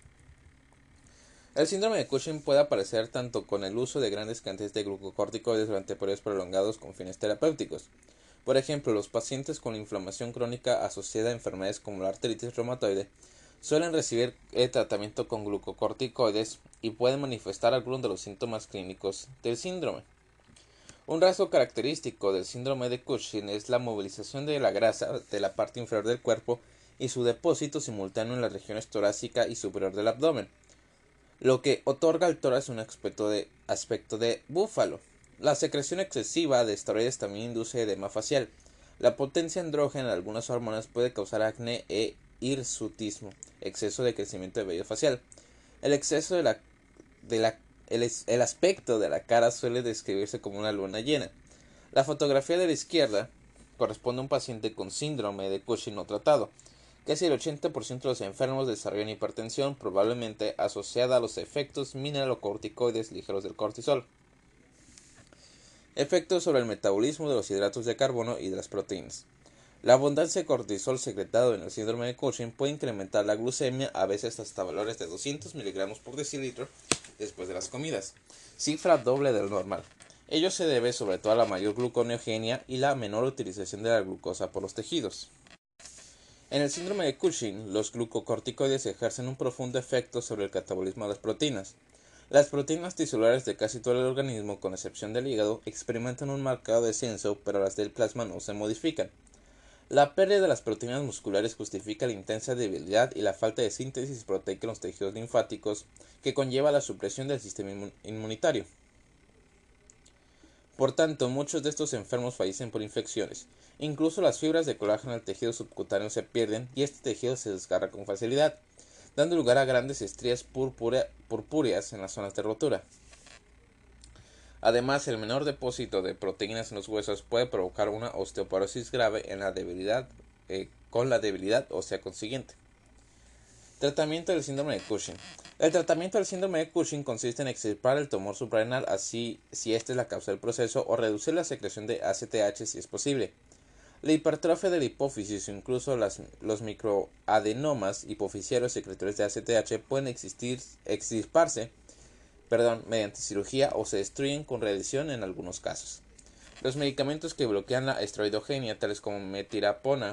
El síndrome de Cushing puede aparecer tanto con el uso de grandes cantidades de glucocorticoides durante periodos prolongados con fines terapéuticos. Por ejemplo, los pacientes con inflamación crónica asociada a enfermedades como la artritis reumatoide suelen recibir tratamiento con glucocorticoides y pueden manifestar algunos de los síntomas clínicos del síndrome. Un rasgo característico del síndrome de Cushing es la movilización de la grasa de la parte inferior del cuerpo y su depósito simultáneo en las regiones torácica y superior del abdomen, lo que otorga al tórax un aspecto de búfalo. La secreción excesiva de esteroides también induce edema facial. La potencia andrógena de algunas hormonas puede causar acné e hirsutismo, exceso de crecimiento de vello facial. El exceso el aspecto de la cara suele describirse como una luna llena. La fotografía de la izquierda corresponde a un paciente con síndrome de Cushing no tratado. Casi el 80% de los enfermos desarrollan hipertensión, probablemente asociada a los efectos mineralocorticoides ligeros del cortisol. Efectos sobre el metabolismo de los hidratos de carbono y de las proteínas. La abundancia de cortisol secretado en el síndrome de Cushing puede incrementar la glucemia, a veces hasta valores de 200 miligramos por decilitro después de las comidas, cifra doble del normal. Ello se debe sobre todo a la mayor gluconeogenia y la menor utilización de la glucosa por los tejidos. En el síndrome de Cushing, los glucocorticoides ejercen un profundo efecto sobre el catabolismo de las proteínas. Las proteínas tisulares de casi todo el organismo, con excepción del hígado, experimentan un marcado descenso, pero las del plasma no se modifican. La pérdida de las proteínas musculares justifica la intensa debilidad y la falta de síntesis proteica en los tejidos linfáticos, que conlleva la supresión del sistema inmunitario. Por tanto, muchos de estos enfermos fallecen por infecciones. Incluso las fibras de colágeno del tejido subcutáneo se pierden y este tejido se desgarra con facilidad, dando lugar a grandes estrías purpúreas en las zonas de rotura. Además, el menor depósito de proteínas en los huesos puede provocar una osteoporosis grave en la debilidad, con la debilidad ósea consiguiente. Tratamiento del síndrome de Cushing. El tratamiento del síndrome de Cushing consiste en extirpar el tumor suprarrenal, así si esta es la causa del proceso, o reducir la secreción de ACTH si es posible. La hipertrofia de la hipófisis o incluso los microadenomas hipofisiarios secretores de ACTH pueden extirparse mediante cirugía o se destruyen con radiación en algunos casos. Los medicamentos que bloquean la esteroidogenia, tales como metirapona,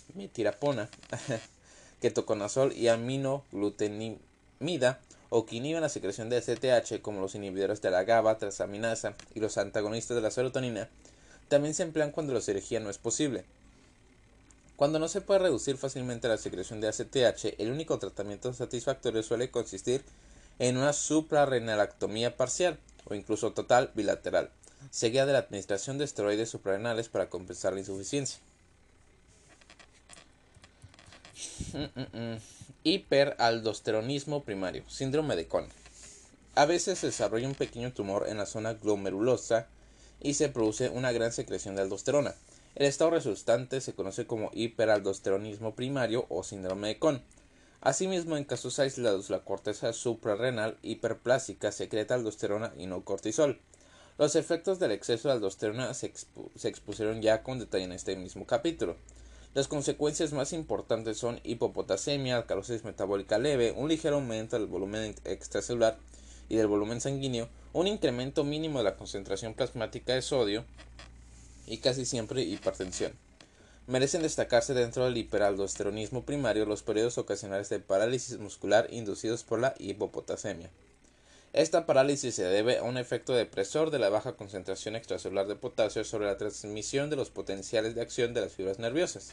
ketoconazol y aminoglutenimida, o que inhiben la secreción de ACTH, como los inhibidores de la GABA transaminasa y los antagonistas de la serotonina, también se emplean cuando la cirugía no es posible. Cuando no se puede reducir fácilmente la secreción de ACTH, el único tratamiento satisfactorio suele consistir en una suprarrenalactomía parcial o incluso total bilateral, seguida de la administración de esteroides suprarrenales para compensar la insuficiencia. Hiperaldosteronismo primario, síndrome de Cohn. A veces se desarrolla un pequeño tumor en la zona glomerulosa y se produce una gran secreción de aldosterona. El estado resultante se conoce como hiperaldosteronismo primario o síndrome de Cohn. Asimismo, en casos aislados, la corteza suprarrenal hiperplásica secreta aldosterona y no cortisol. Los efectos del exceso de aldosterona se expusieron ya con detalle en este mismo capítulo. Las consecuencias más importantes son hipopotasemia, alcalosis metabólica leve, un ligero aumento del volumen extracelular y del volumen sanguíneo, un incremento mínimo de la concentración plasmática de sodio y casi siempre hipertensión. Merecen destacarse dentro del hiperaldosteronismo primario los periodos ocasionales de parálisis muscular inducidos por la hipopotasemia. Esta parálisis se debe a un efecto depresor de la baja concentración extracelular de potasio sobre la transmisión de los potenciales de acción de las fibras nerviosas.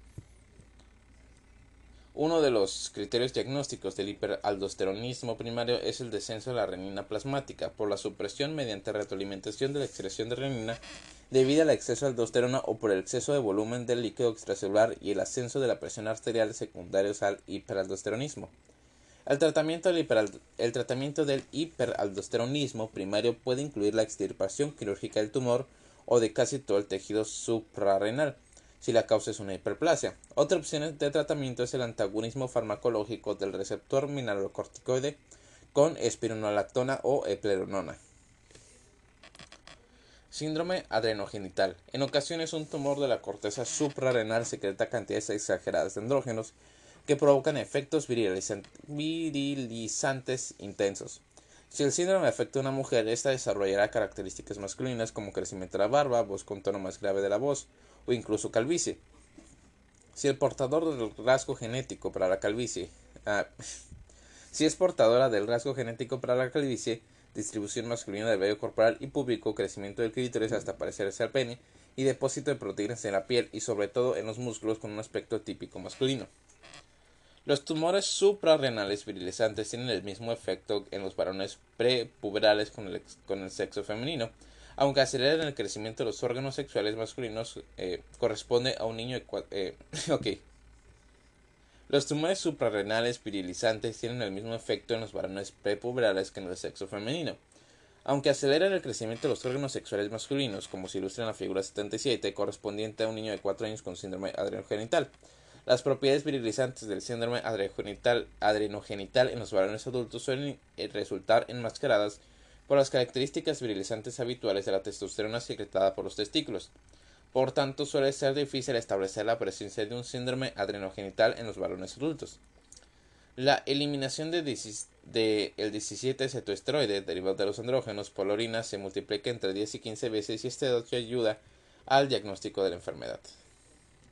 Uno de los criterios diagnósticos del hiperaldosteronismo primario es el descenso de la renina plasmática por la supresión mediante retroalimentación de la excreción de renina debido al exceso de aldosterona o por el exceso de volumen del líquido extracelular y el ascenso de la presión arterial secundarios al hiperaldosteronismo. El tratamiento del hiperaldosteronismo primario puede incluir la extirpación quirúrgica del tumor o de casi todo el tejido suprarrenal, si la causa es una hiperplasia. Otra opción de tratamiento es el antagonismo farmacológico del receptor mineralocorticoide con espironolactona o eplerenona. Síndrome adrenogenital. En ocasiones un tumor de la corteza suprarrenal secreta cantidades exageradas de andrógenos que provocan efectos virilizantes intensos. Si el síndrome afecta a una mujer, esta desarrollará características masculinas como crecimiento de la barba, voz con tono más grave de la voz o incluso calvicie. Si el portador del rasgo genético para la calvicie, si es portadora del rasgo genético para la calvicie, distribución masculina del vello corporal y púbico, crecimiento del clítoris hasta parecerse al pene y depósito de proteínas en la piel y sobre todo en los músculos con un aspecto típico masculino. Los tumores suprarrenales virilizantes tienen el mismo efecto en los varones prepuberales con el sexo femenino, aunque aceleran el crecimiento de los órganos sexuales masculinos. Corresponde a un niño Los tumores suprarrenales virilizantes tienen el mismo efecto en los varones prepuberales que en el sexo femenino, aunque aceleran el crecimiento de los órganos sexuales masculinos, como se ilustra en la figura 77, correspondiente a un niño de 4 años con síndrome adrenogenital. Las propiedades virilizantes del síndrome adrenogenital en los varones adultos suelen resultar enmascaradas por las características virilizantes habituales de la testosterona secretada por los testículos. Por tanto, suele ser difícil establecer la presencia de un síndrome adrenogenital en los varones adultos. La eliminación del 17 cetoesteroide derivado de los andrógenos por la orina se multiplica entre 10 y 15 veces y este dato ayuda al diagnóstico de la enfermedad.